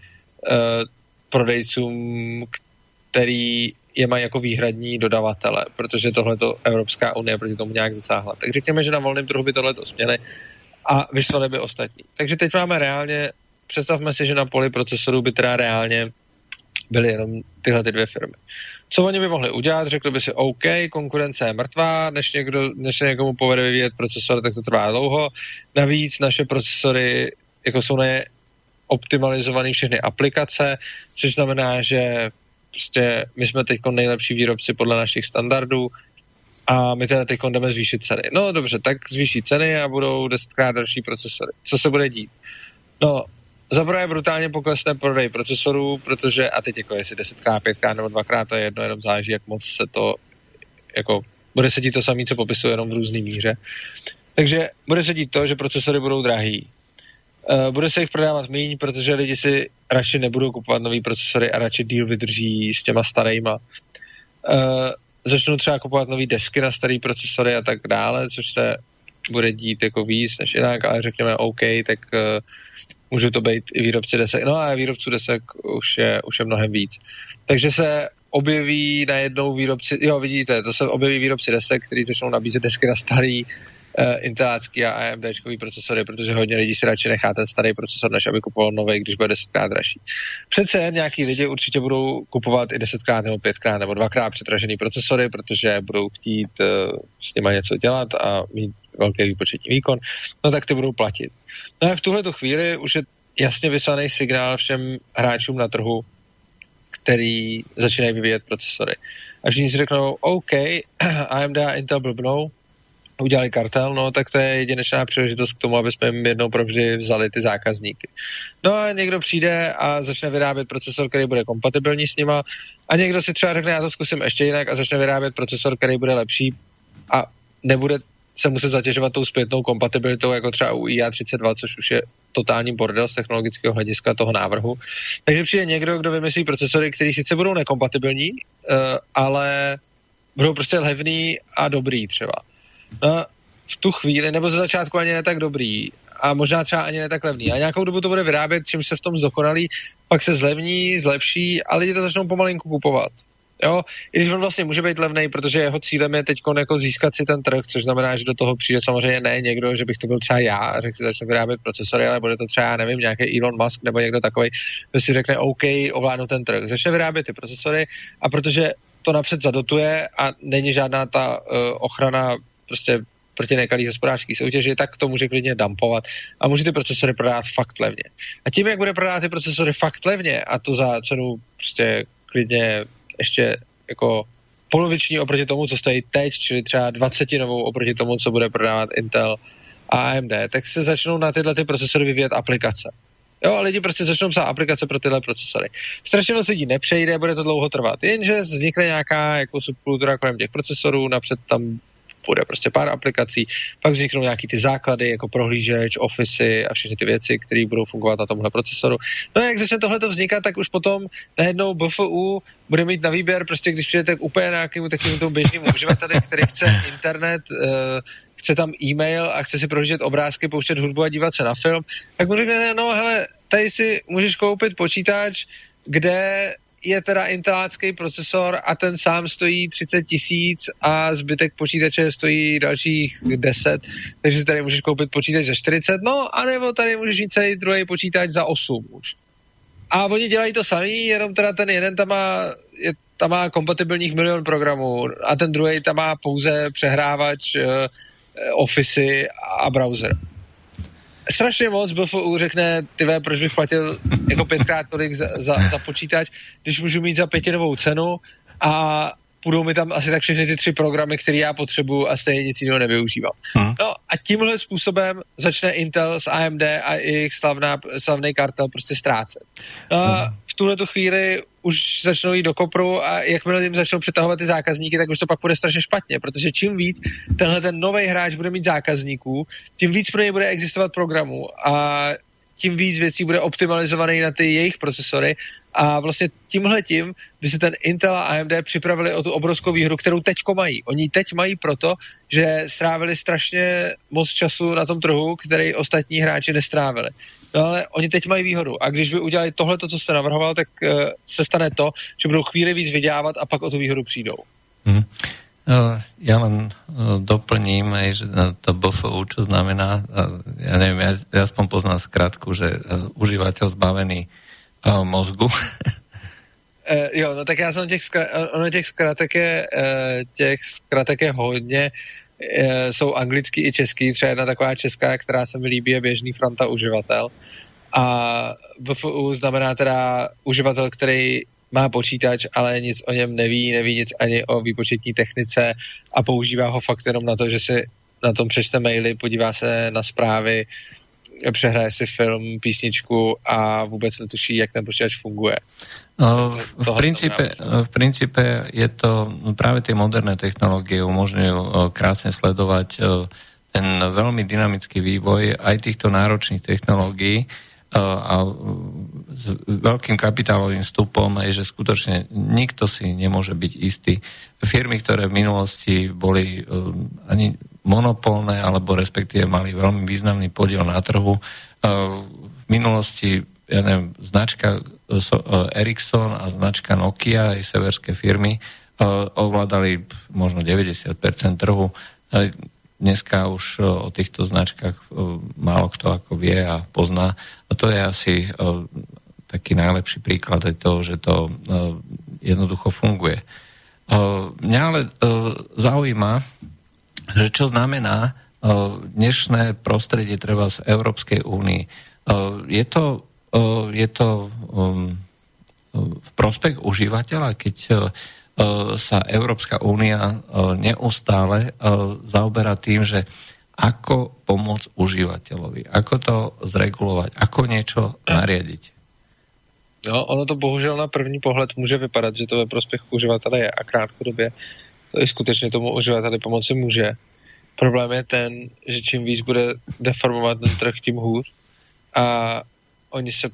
prodejcům, který je mají jako výhradní dodavatele, protože tohleto Evropská unie proti tomu nějak zasáhla. Tak řekněme, že na volném trhu by tohleto směli a vyštvali by ostatní. Takže teď máme reálně, představme si, že na poli procesorů by teda reálně byly jenom tyhle ty dvě firmy. Co oni by mohli udělat? Řekli by si, OK, konkurence je mrtvá, než se někomu povede vyvíjet procesor, tak to trvá dlouho. Navíc naše procesory jako jsou neoptimalizované všechny aplikace, což znamená, že prostě my jsme teď nejlepší výrobci podle našich standardů a my teda teď jdeme zvýšit ceny. No dobře, tak zvýší ceny a budou 10krát další procesory. Co se bude dít? No, zaprvé brutálně poklesne prodej procesorů, protože, a teď jako jestli 10krát, 5krát nebo 2krát, to je jedno, jenom záleží, jak moc se to, jako, bude se dít to samé, co popisuje, jenom v různý míře. Takže bude se dít to, že procesory budou drahý. Bude se jich prodávat míň, protože lidi si radši nebudou kupovat nový procesory a radši díl vydrží s těma starýma. Začnou třeba kupovat nový desky na starý procesory a tak dále, což se bude dít jako víc než jinak, ale řekněme OK, tak můžou to být i výrobci desek. No a výrobců desek už je mnohem víc. Takže se objeví najednou výrobci, jo vidíte, to se objeví výrobci desek, kteří začnou nabízet desky na starý intelácký a AMDčkový procesory, protože hodně lidí si radši nechá ten starý procesor, než aby kupoval nový, když bude 10krát dražší. Přece jen nějaký lidi určitě budou kupovat i 10krát nebo 5krát nebo 2krát předražený procesory, protože budou chtít s nima něco dělat a mít velký výpočetní výkon, no tak ty budou platit. No a v tuhletu chvíli už je jasně vyslaný signál všem hráčům na trhu, který začínají vyvíjet procesory. A všichni si řeknou, OK, AMD a Intel blbnou, udělali kartel, no tak to je jedinečná příležitost k tomu, aby jsme jim jednou provždy vzali ty zákazníky. No a někdo přijde a začne vyrábět procesor, který bude kompatibilní s nima a někdo si třeba řekne, já to zkusím ještě jinak a začne vyrábět procesor, který bude lepší a nebude se muset zatěžovat tou zpětnou kompatibilitou, jako třeba u IA32, což už je totální bordel z technologického hlediska toho návrhu. Takže přijde někdo, kdo vymyslí procesory, které sice budou nekompatibilní, ale budou prostě levný a dobrý třeba. No, v tu chvíli, nebo ze začátku ani ne tak dobrý a možná třeba ani ne tak levný. A nějakou dobu to bude vyrábět, čím se v tom zdokonalí, pak se zlevní, zlepší a lidi to začnou pomalinku kupovat. Jo, i když on vlastně může být levnej, protože jeho cílem je teď jako získat si ten trh, což znamená, že do toho přijde samozřejmě ne někdo, že bych to byl třeba já a řekl si začnu vyrábět procesory, ale bude to třeba, já nevím, nějaký Elon Musk nebo někdo takový, kdo si řekne OK, ovládnu ten trh. Začne vyrábět ty procesory a protože to napřed zadotuje a není žádná ta ochrana prostě proti nekalý hospodářský soutěži, tak to může klidně dumpovat a může ty procesory prodávat fakt levně. A tím, jak bude prodávat ty procesory fakt levně a to za cenu prostě klidně ještě jako poloviční oproti tomu, co stojí teď, čili třeba 20novou oproti tomu, co bude prodávat Intel a AMD, tak se začnou na tyhle ty procesory vyvíjet aplikace. Jo, a lidi prostě začnou psát aplikace pro tyhle procesory. Strašně moc lidí nepřejde, bude to dlouho trvat, jenže vznikne nějaká jako subkultura kolem těch procesorů, napřed tam bude prostě pár aplikací, pak vzniknou nějaký ty základy, jako prohlížeč, Office a všechny ty věci, které budou fungovat na tomhle procesoru. No a jak začne tohleto vznikat, tak už potom najednou BFU bude mít na výběr, prostě když přijete k úplně nějakému takovému tomu běžnému uživateli, který chce internet, chce tam e-mail a chce si prohlížet obrázky, pouštět hudbu a dívat se na film, tak mu řekne, no hele, tady si můžeš koupit počítač, kde je teda intelácký procesor a ten sám stojí 30 000 a zbytek počítače stojí dalších 10, takže si tady můžeš koupit počítač za 40, no anebo tady můžeš mít celý druhý počítač za 8 už. A oni dělají to samý, jenom teda ten jeden tam má kompatibilních 1 milion programů a ten druhý tam má pouze přehrávač, Office a browser. Strašně moc BFU řekne, proč bych platil jako 5krát tolik za počítač, když můžu mít za 5novou cenu a půjdou mi tam asi tak všechny ty 3 programy, které já potřebuju a stejně nic jiného nevyužívám. No a tímhle způsobem začne Intel s AMD a jejich slavný kartel prostě ztrácet. No a v tuhletu chvíli už začnou jít do kopru a jakmile jim začnou přetahovat ty zákazníky, tak už to pak bude strašně špatně, protože čím víc ten nový hráč bude mít zákazníků, tím víc pro něj bude existovat programů a tím víc věcí bude optimalizovaný na ty jejich procesory a vlastně tímhletím by se ten Intel a AMD připravili o tu obrovskou výhru, kterou teďko mají. Oni teď mají proto, že strávili strašně moc času na tom trhu, který ostatní hráči nestrávili. No ale oni teď mají výhodu a když by udělali tohleto, co jste navrhoval, tak se stane to, že budou chvíli víc vydělávat a pak o tu výhodu přijdou. Ja len doplním, že to BFU, čo znamená, ja neviem, ja aspoň poznám skratku, že užívateľ zbavený mozgu. Jo, no tak já jsem těch zkratek je hodně, jsou anglický i český, třeba jedna taková česká, která se mi líbí, je běžný Franta uživatel. A BFU znamená teda uživatel, který má počítač, ale nic o něm neví nic ani o výpočetní technice a používá ho fakt jenom na to, že si na tom přečte maily, podívá se na zprávy, přehraje si film, písničku a vůbec netuší, jak ten počítač funguje. V princípe je to práve tie moderné technológie umožňujú krásne sledovať ten veľmi dynamický vývoj aj týchto náročných technológií a s veľkým kapitálovým vstupom je, že skutočne nikto si nemôže byť istý. Firmy, ktoré v minulosti boli ani monopolné, alebo respektíve mali veľmi významný podiel na trhu, v minulosti, ja neviem, značka Ericsson a značka Nokia, aj severské firmy, ovládali možno 90% trhu. Dneska už o týchto značkách málo kto ako vie a pozná. A to je asi taký najlepší príklad aj toho, že to jednoducho funguje. Mňa ale zaujíma, že čo znamená dnešné prostredie treba v Európskej únii. Je to v prospech užívateľa, keď sa Európska únia neustále zaoberá tým, že ako pomôcť užívateľovi, ako to zregulovať, ako niečo nariadiť. No, ono to bohužel na první pohled může vypadat, že to ve prospěch uživatele je a krátkodobě to i skutečně tomu uživateli pomoci může. Problém je ten, že čím víc bude deformovat ten trh, tím hůř a oni se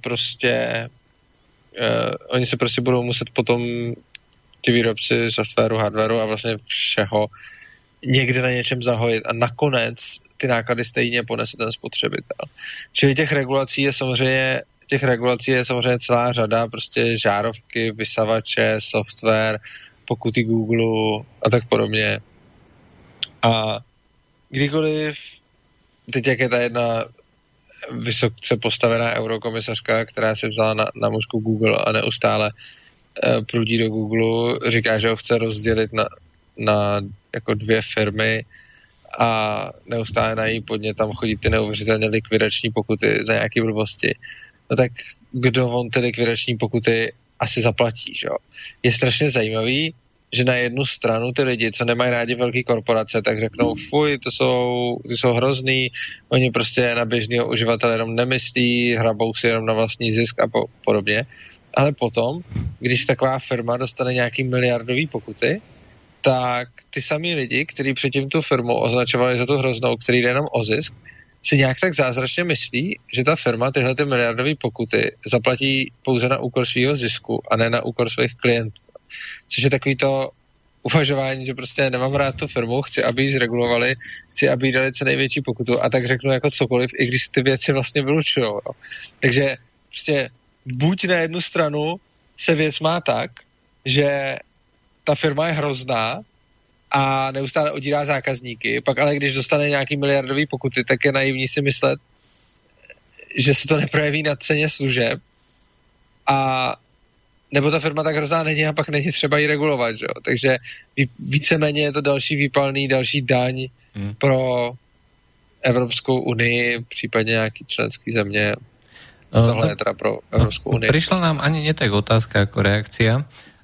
prostě budou muset potom ti výrobci softwaru, hardwaru a vlastně všeho někde na něčem zahojit a nakonec ty náklady stejně ponese ten spotřebitel. Čili těch regulací je samozřejmě celá řada, prostě žárovky, vysavače, software, pokuty Google a tak podobně. A kdykoliv, teď jak je ta jedna vysoce postavená eurokomisařka, která se vzala na mužku Google a neustále prudí do Google, říká, že ho chce rozdělit na jako dvě firmy a neustále na její podnět tam chodí ty neuvěřitelně likvidační pokuty za nějaké blbosti. No tak kdo on ty likvidační pokuty asi zaplatí, že jo? Je strašně zajímavý, že na jednu stranu ty lidi, co nemají rádi velké korporace, tak řeknou, fuj, ty jsou hrozný, oni prostě na běžného uživatele jenom nemyslí, hrabou si jenom na vlastní zisk a podobně. Ale potom, když taková firma dostane nějaký miliardový pokuty, tak ty samý lidi, kteří předtím tu firmu označovali za tu hroznou, který jde jenom o zisk, si nějak tak zázračně myslí, že ta firma tyhle ty miliardové pokuty zaplatí pouze na úkor svého zisku a ne na úkor svých klientů. Což je takový to uvažování, že prostě nemám rád tu firmu, chci, aby ji zregulovali, chci, aby jí dali co největší pokutu a tak řeknu jako cokoliv, i když ty věci vlastně vylučujou. Takže prostě buď na jednu stranu se věc má tak, že ta firma je hrozná a neustále odírá zákazníky, pak ale když dostane nějaký miliardový pokuty, tak je naivní si myslet, že se to neprojeví na ceně služeb a nebo ta firma tak hrozná není a pak není třeba ji regulovat, že jo? Takže víceméně je to další výpalný, další daň pro Evropskou unii, případně nějaký členský země. Tohle je teda pro Európsku úniu. Prišla nám ani nie tak otázka ako reakcia.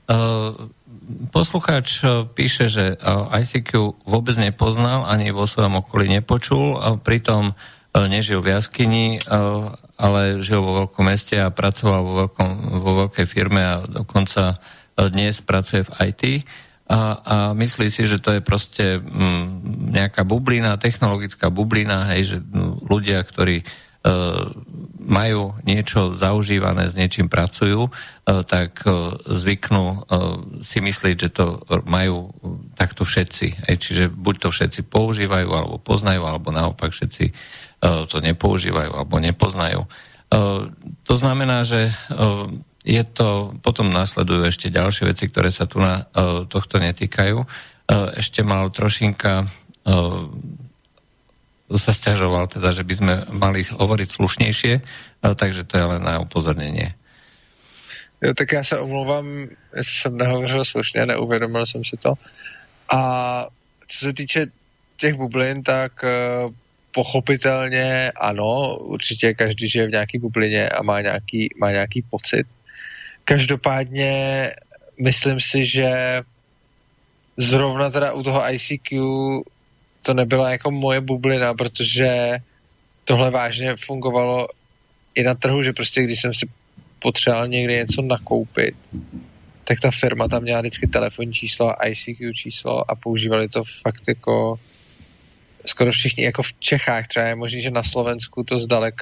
Poslucháč píše, že ICQ vôbec nepoznal, ani vo svojom okolí nepočul, pritom nežil v jaskyni, ale žil vo veľkom meste a pracoval vo veľkej firme a dokonca dnes pracuje v IT a myslí si, že to je proste nejaká bublina, technologická bublina, hej, že ľudia, ktorí majú niečo zaužívané, s niečím pracujú, tak zvyknú si myslieť, že to majú takto všetci. Čiže buď to všetci používajú, alebo poznajú, alebo naopak všetci to nepoužívajú, alebo nepoznajú. To znamená, že je to, potom nasledujú ešte ďalšie veci, ktoré sa tu na tohto netýkajú. Ešte mal trošinka sa sťažoval teda, že by sme mali hovoriť slušnejšie, takže to je len na upozornenie. Jo, tak já se omlouvám, jestli jsem nehovořil slušně, neuvědomil jsem si to. A co se týče těch bublin, tak pochopitelně ano, určitě každý žije v nějaký bublině a má nějaký pocit. Každopádně myslím si, že zrovna teda u toho ICQ to nebyla jako moje bublina, protože tohle vážně fungovalo i na trhu, že prostě když jsem si potřeboval někdy něco nakoupit, tak ta firma tam měla vždycky telefonní číslo a ICQ číslo a používali to fakt jako skoro všichni, jako v Čechách třeba je možný, že na Slovensku to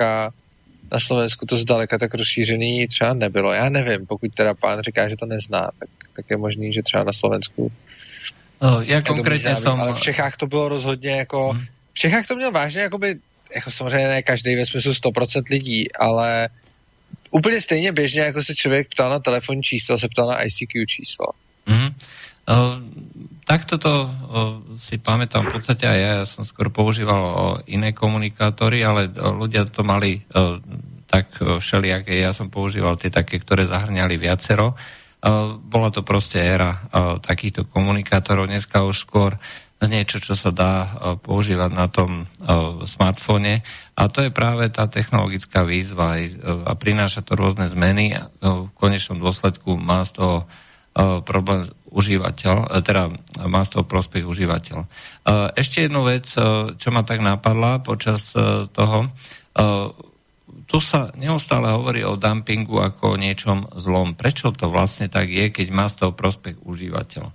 zdaleka tak rozšířený třeba nebylo. Já nevím, pokud teda pán říká, že to nezná, tak je možný, že třeba na Slovensku ja konkrétne som... Ale v Čechách to bylo rozhodně jako... V Čechách to měl vážně jakoby, jako samozřejmě ne každý ve smyslu 100% lidí, ale úplně stejně běžně, jako se člověk ptal na telefonní číslo, se ptal na ICQ číslo. Takto to si pamätám v podstate aj ja som skôr používal iné komunikátory, ale ľudia to mali tak všelijaké. Ja som používal tie také, ktoré zahrňali viacero. Bola to proste éra takýchto komunikátorov. Dneska už skôr niečo, čo sa dá používať na tom smartfóne. A to je práve tá technologická výzva a prináša to rôzne zmeny. V konečnom dôsledku má z toho problém užívateľ, teda má z toho prospech užívateľ. Ešte jednu vec, čo ma tak napadla počas toho, tu sa neustále hovorí o dumpingu ako o niečom zlom. Prečo to vlastne tak je, keď má z toho prospech užívateľ?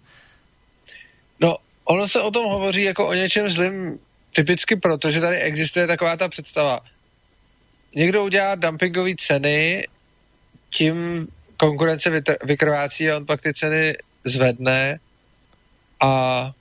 No, ono se o tom hovoří jako o něčem zlým typicky proto, že tady existuje taková ta představa. Někdo udělá dumpingové ceny, tím konkurence vykrvácí a on pak ty ceny zvedne a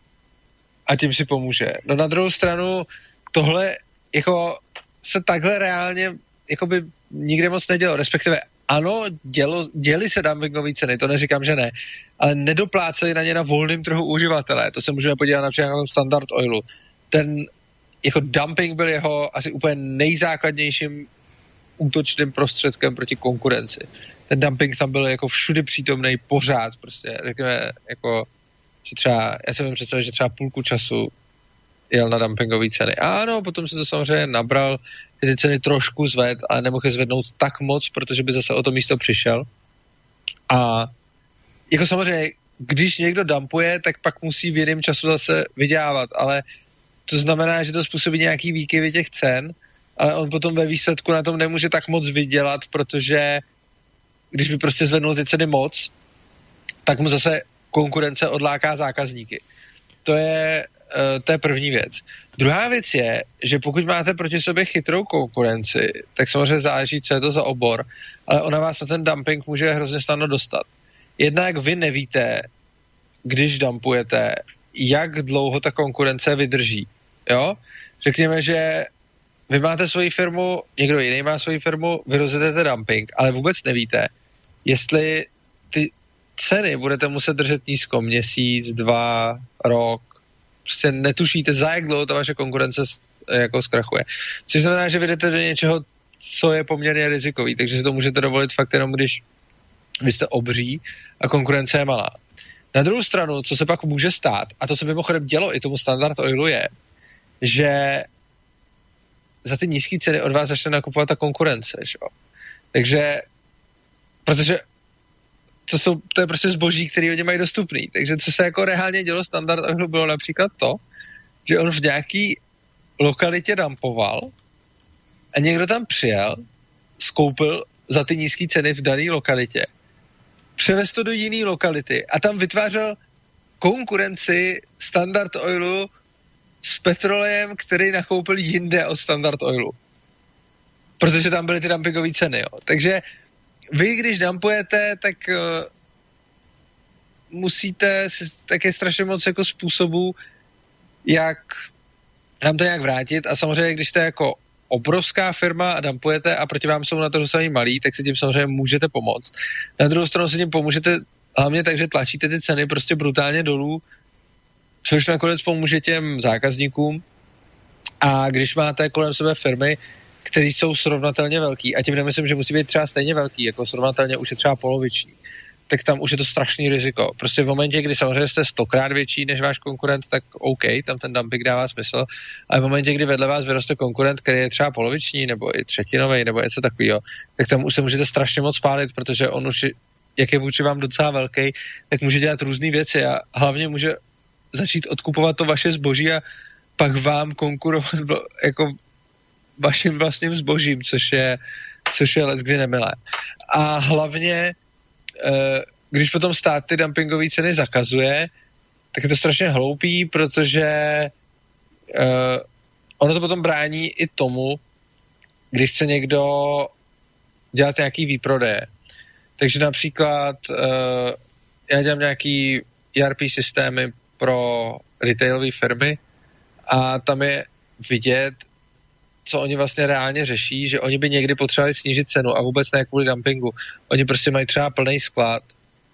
tím si pomůže. No na druhou stranu tohle jako se takhle reálně jakoby nikde moc nedělo, respektive ano, děli se dumpingové ceny, to neříkám, že ne, ale nedopláceli na ně na volném trhu uživatelé. To se můžeme podívat například na Standard Oilu. Ten jako dumping byl jeho asi úplně nejzákladnějším útočným prostředkem proti konkurenci. Ten dumping tam byl jako všude přítomný pořád, prostě řekněme jako, že třeba, já si můžu představit, že třeba půlku času jel na dumpingové ceny. Ano, potom se to samozřejmě nabral, ty ceny trošku zved, ale nemohl je zvednout tak moc, protože by zase o to místo přišel. A jako samozřejmě, když někdo dumpuje, tak pak musí v jiném času zase vydělávat, ale to znamená, že to způsobí nějaký výkyvy těch cen, ale on potom ve výsledku na tom nemůže tak moc vydělat, protože když by prostě zvednul ty ceny moc, tak mu zase konkurence odláká zákazníky. To je první věc. Druhá věc je, že pokud máte proti sobě chytrou konkurenci, tak samozřejmě záleží, co je to za obor, ale ona vás na ten dumping může hrozně snadno dostat. Jednak vy nevíte, když dumpujete, jak dlouho ta konkurence vydrží. Jo? Řekněme, že vy máte svoji firmu, někdo jiný má svoji firmu, vy rozjedete dumping, ale vůbec nevíte, jestli ty ceny budete muset držet nízko měsíc, 2, rok, prostě netušíte, za jak dlouho ta vaše konkurence jako zkrachuje. Což znamená, že vy jdete do něčeho, co je poměrně rizikový, takže si to můžete dovolit fakt jenom, když vy jste obří a konkurence je malá. Na druhou stranu, co se pak může stát, a to se mimochodem dělo i tomu Standard Oilu je, že za ty nízké ceny od vás začne nakupovat ta konkurence, že? Takže, protože to je prostě zboží, který oni mají dostupný. Takže co se jako reálně dělo Standard Oilu bylo například to, že on v nějaký lokalitě dumpoval a někdo tam přijel, skoupil za ty nízké ceny v dané lokalitě, převez to do jiné lokality a tam vytvářel konkurenci Standard Oilu s petrolejem, který nakoupil jinde od Standard Oilu. protože tam byly ty dumpingové ceny. Jo. Takže vy, když dumpujete, tak musíte, tak je strašně moc jako způsobů, jak nám to nějak vrátit a samozřejmě, když jste jako obrovská firma a dumpujete a proti vám jsou na to sami malí, tak si tím samozřejmě můžete pomoct. Na druhou stranu si tím pomůžete hlavně tak, že tlačíte ty ceny prostě brutálně dolů, což nakonec pomůže těm zákazníkům. A když máte kolem sebe firmy, které jsou srovnatelně velký, a tím nemyslím, že musí být třeba stejně velký, jako srovnatelně už je třeba poloviční, tak tam už je to strašný riziko. Prostě v momentě, kdy samozřejmě jste 100krát větší než váš konkurent, tak OK, tam ten dumping dává smysl, ale v momentě, kdy vedle vás vyroste konkurent, který je třeba poloviční, nebo i třetinový, nebo něco takového, tak tam už se můžete strašně moc spálit, protože on už, jak je vůči vám docela velký, tak může dělat různé věci a hlavně může začít odkupovat to vaše zboží a pak vám konkurovat jako vaším vlastním zbožím, což je leckdy nemilé. A hlavně když potom stát ty dumpingové ceny zakazuje, tak je to strašně hloupý, protože ono to potom brání i tomu, když chce někdo dělat nějaký výprodeje. Takže například já dělám nějaký ERP systémy pro retailové firmy a tam je vidět, co oni vlastně reálně řeší, že oni by někdy potřebovali snížit cenu a vůbec ne kvůli dumpingu. Oni prostě mají třeba plný sklad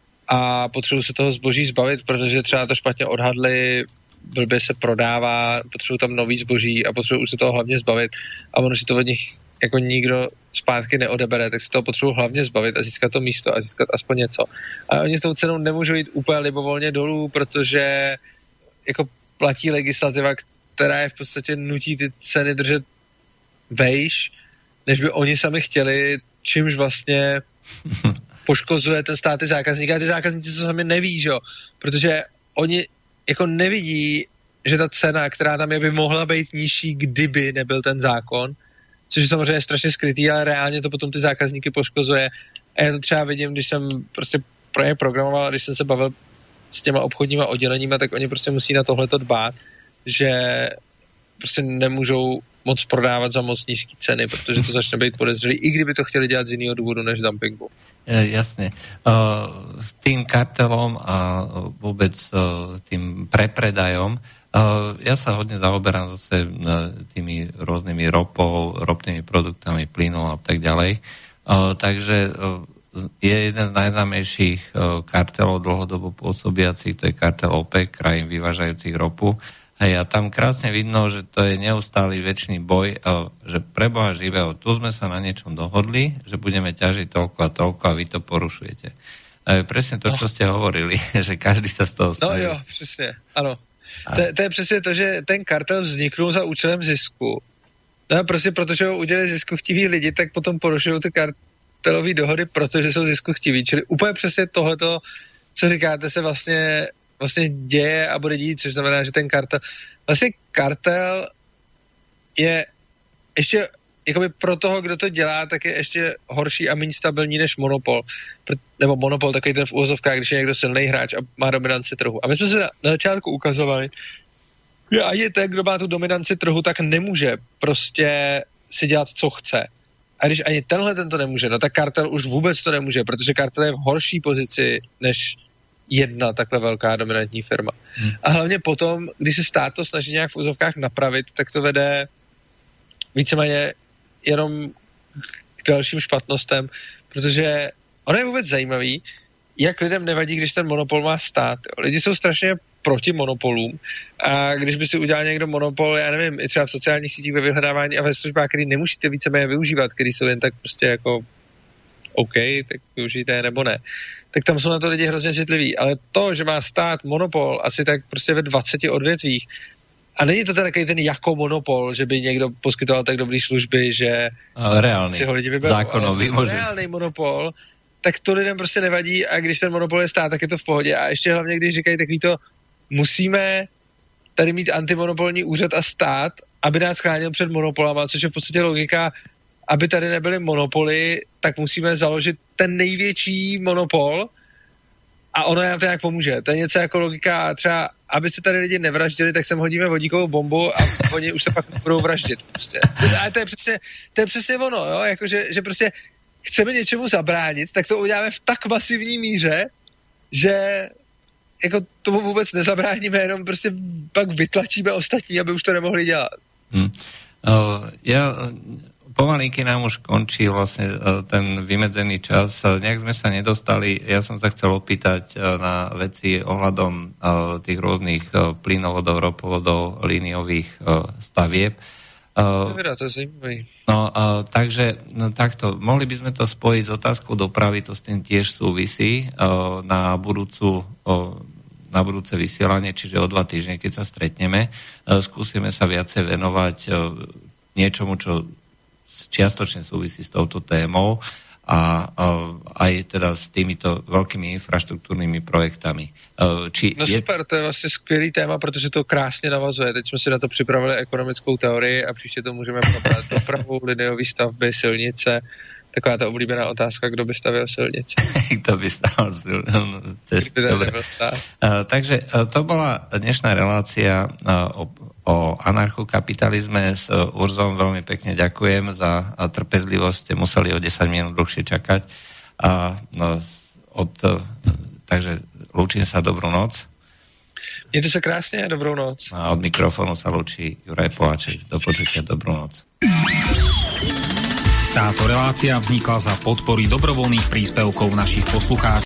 a potřebují se toho zboží zbavit, protože třeba to špatně odhadli, blbě se prodává, potřebují tam nový zboží a potřebují se toho hlavně zbavit a ono si to od nich jako nikdo zpátky neodebere, tak se toho potřebují hlavně zbavit a získat to místo a získat aspoň něco. A oni s tou cenou nemůžou jít úplně libovolně dolů, protože jako platí legislativa, která je v podstatě nutí ty ceny držet vejš, než by oni sami chtěli, čímž vlastně poškozuje ten stát ty zákazníky a ty zákazníci to sami neví, že jo? Protože oni jako nevidí, že ta cena, která tam je, by mohla být nižší, kdyby nebyl ten zákon, což je samozřejmě strašně skrytý, ale reálně to potom ty zákazníky poškozuje a já to třeba vidím, když jsem prostě pro ně programoval a když jsem se bavil s těma obchodníma odděleníma, tak oni prostě musí na tohleto dbát, že prostě nemůžou moc prodávat za moc nízké ceny, protože to začne být podezřelý, i kdyby to chtěli dělat z jiného důvodu než dumpingu. Jasne. Tým kartelom a vôbec tým prepredajom, ja sa hodne zaoberám zase tými rôznymi ropnými produktami, plynom a tak ďalej. Takže je jeden z najznámejších kartelov dlhodobo pôsobiacich, to je kartel OPEC, krajín vyvážajúcich ropu. Hej, a tam krásne vidno, že to je neustály večný boj, že pre Boha živého, tu sme sa na niečom dohodli, že budeme ťažiť toľko a toľko a vy to porušujete. Presne to, čo ste hovorili, že každý sa z toho snaží. No jo, přesně, ano. To je přesně to, že ten kartel vzniknul za účelem zisku. No a prostě protože ho udělali ziskuchtiví lidi, tak potom porušují ty kartelové dohody, protože jsou ziskuchtiví. Čili úplně přesně tohleto, co říkáte, se vlastně děje a bude dít, což znamená, že ten kartel je ještě jakoby pro toho, kdo to dělá, tak je ještě horší a méně stabilní než monopol. Nebo monopol, takový ten v úvozovkách, když je někdo silný hráč a má dominanci trhu. A my jsme se na začátku ukazovali, že ani ten, kdo má tu dominanci trhu, tak nemůže prostě si dělat, co chce. A když ani ten to nemůže, no tak kartel už vůbec to nemůže, protože kartel je v horší pozici než jedna takhle velká dominantní firma. A hlavně potom, když se stát to snaží nějak v úzovkách napravit, tak to vede víceméně jenom k dalším špatnostem, protože ono je vůbec zajímavý, jak lidem nevadí, když ten monopol má stát. Lidi jsou strašně proti monopolům a když by si udělal někdo monopol, já nevím, i třeba v sociálních sítích ve vyhledávání a ve službách, který nemusíte víceméně využívat, který jsou jen tak prostě jako OK, tak využijte je nebo ne. Tak tam jsou na to lidi hrozně citliví. Ale to, že má stát monopol asi tak prostě ve 20 odvětvích, a není to takový ten jako monopol, že by někdo poskytoval tak dobrý služby, že reálný, si ho lidi vyberou. zákonový, reálný monopol, tak to lidem prostě nevadí a když ten monopol je stát, tak je to v pohodě. A ještě hlavně, když říkají takový to, musíme tady mít antimonopolní úřad a stát, aby nás chránil před monopolama, což je v podstatě logika, aby tady nebyly monopoly, tak musíme založit ten největší monopol a ono nám to nějak pomůže. To je něco jako logika, třeba, aby se tady lidi nevraždili, tak sem hodíme vodíkovou bombu a oni už se pak budou vraždit. Prostě. Ale to je přesně ono, jo? Jako, že prostě chceme něčemu zabránit, tak to uděláme v tak masivní míře, že jako tomu vůbec nezabráníme, jenom prostě pak vytlačíme ostatní, aby už to nemohli dělat. Pomalinky nám už končí vlastne ten vymedzený čas. Nejak sme sa nedostali. Ja som sa chcel opýtať na veci ohľadom tých rôznych plynovodov, ropovodov, líniových stavieb. To je zajímavý. Takže takto. Mohli by sme to spojiť s otázkou dopravy, to s tým tiež súvisí na budúce vysielanie, čiže o 2 týždne, keď sa stretneme. Skúsime sa viacej venovať niečomu, čo čiastočne súvisí s touto témou a aj teda s týmito veľkými infraštruktúrnymi projektami. Super, to je vlastně skvělý téma, protože to krásně navazuje. Teď jsme si na to připravili ekonomickou teorii a příště to můžeme probrat dopravu, liniové stavby, silnice. Taková ta oblíbená otázka, kdo by stavěl silnice. Kto by stavěl cestu. Takže to bola dnešná relácia o anarchokapitalizme s Urzom. Veľmi pekne ďakujem za trpezlivosť. Ste museli o 10 minút dlhšie čakať. Takže lúčim sa, dobrú noc. Mějte se krásně, dobrou noc. A od mikrofónu sa lúči Juraj Poláček. Do počutia, dobrú noc. Táto relácia vznikla za podpory dobrovoľných príspevkov našich poslucháčov.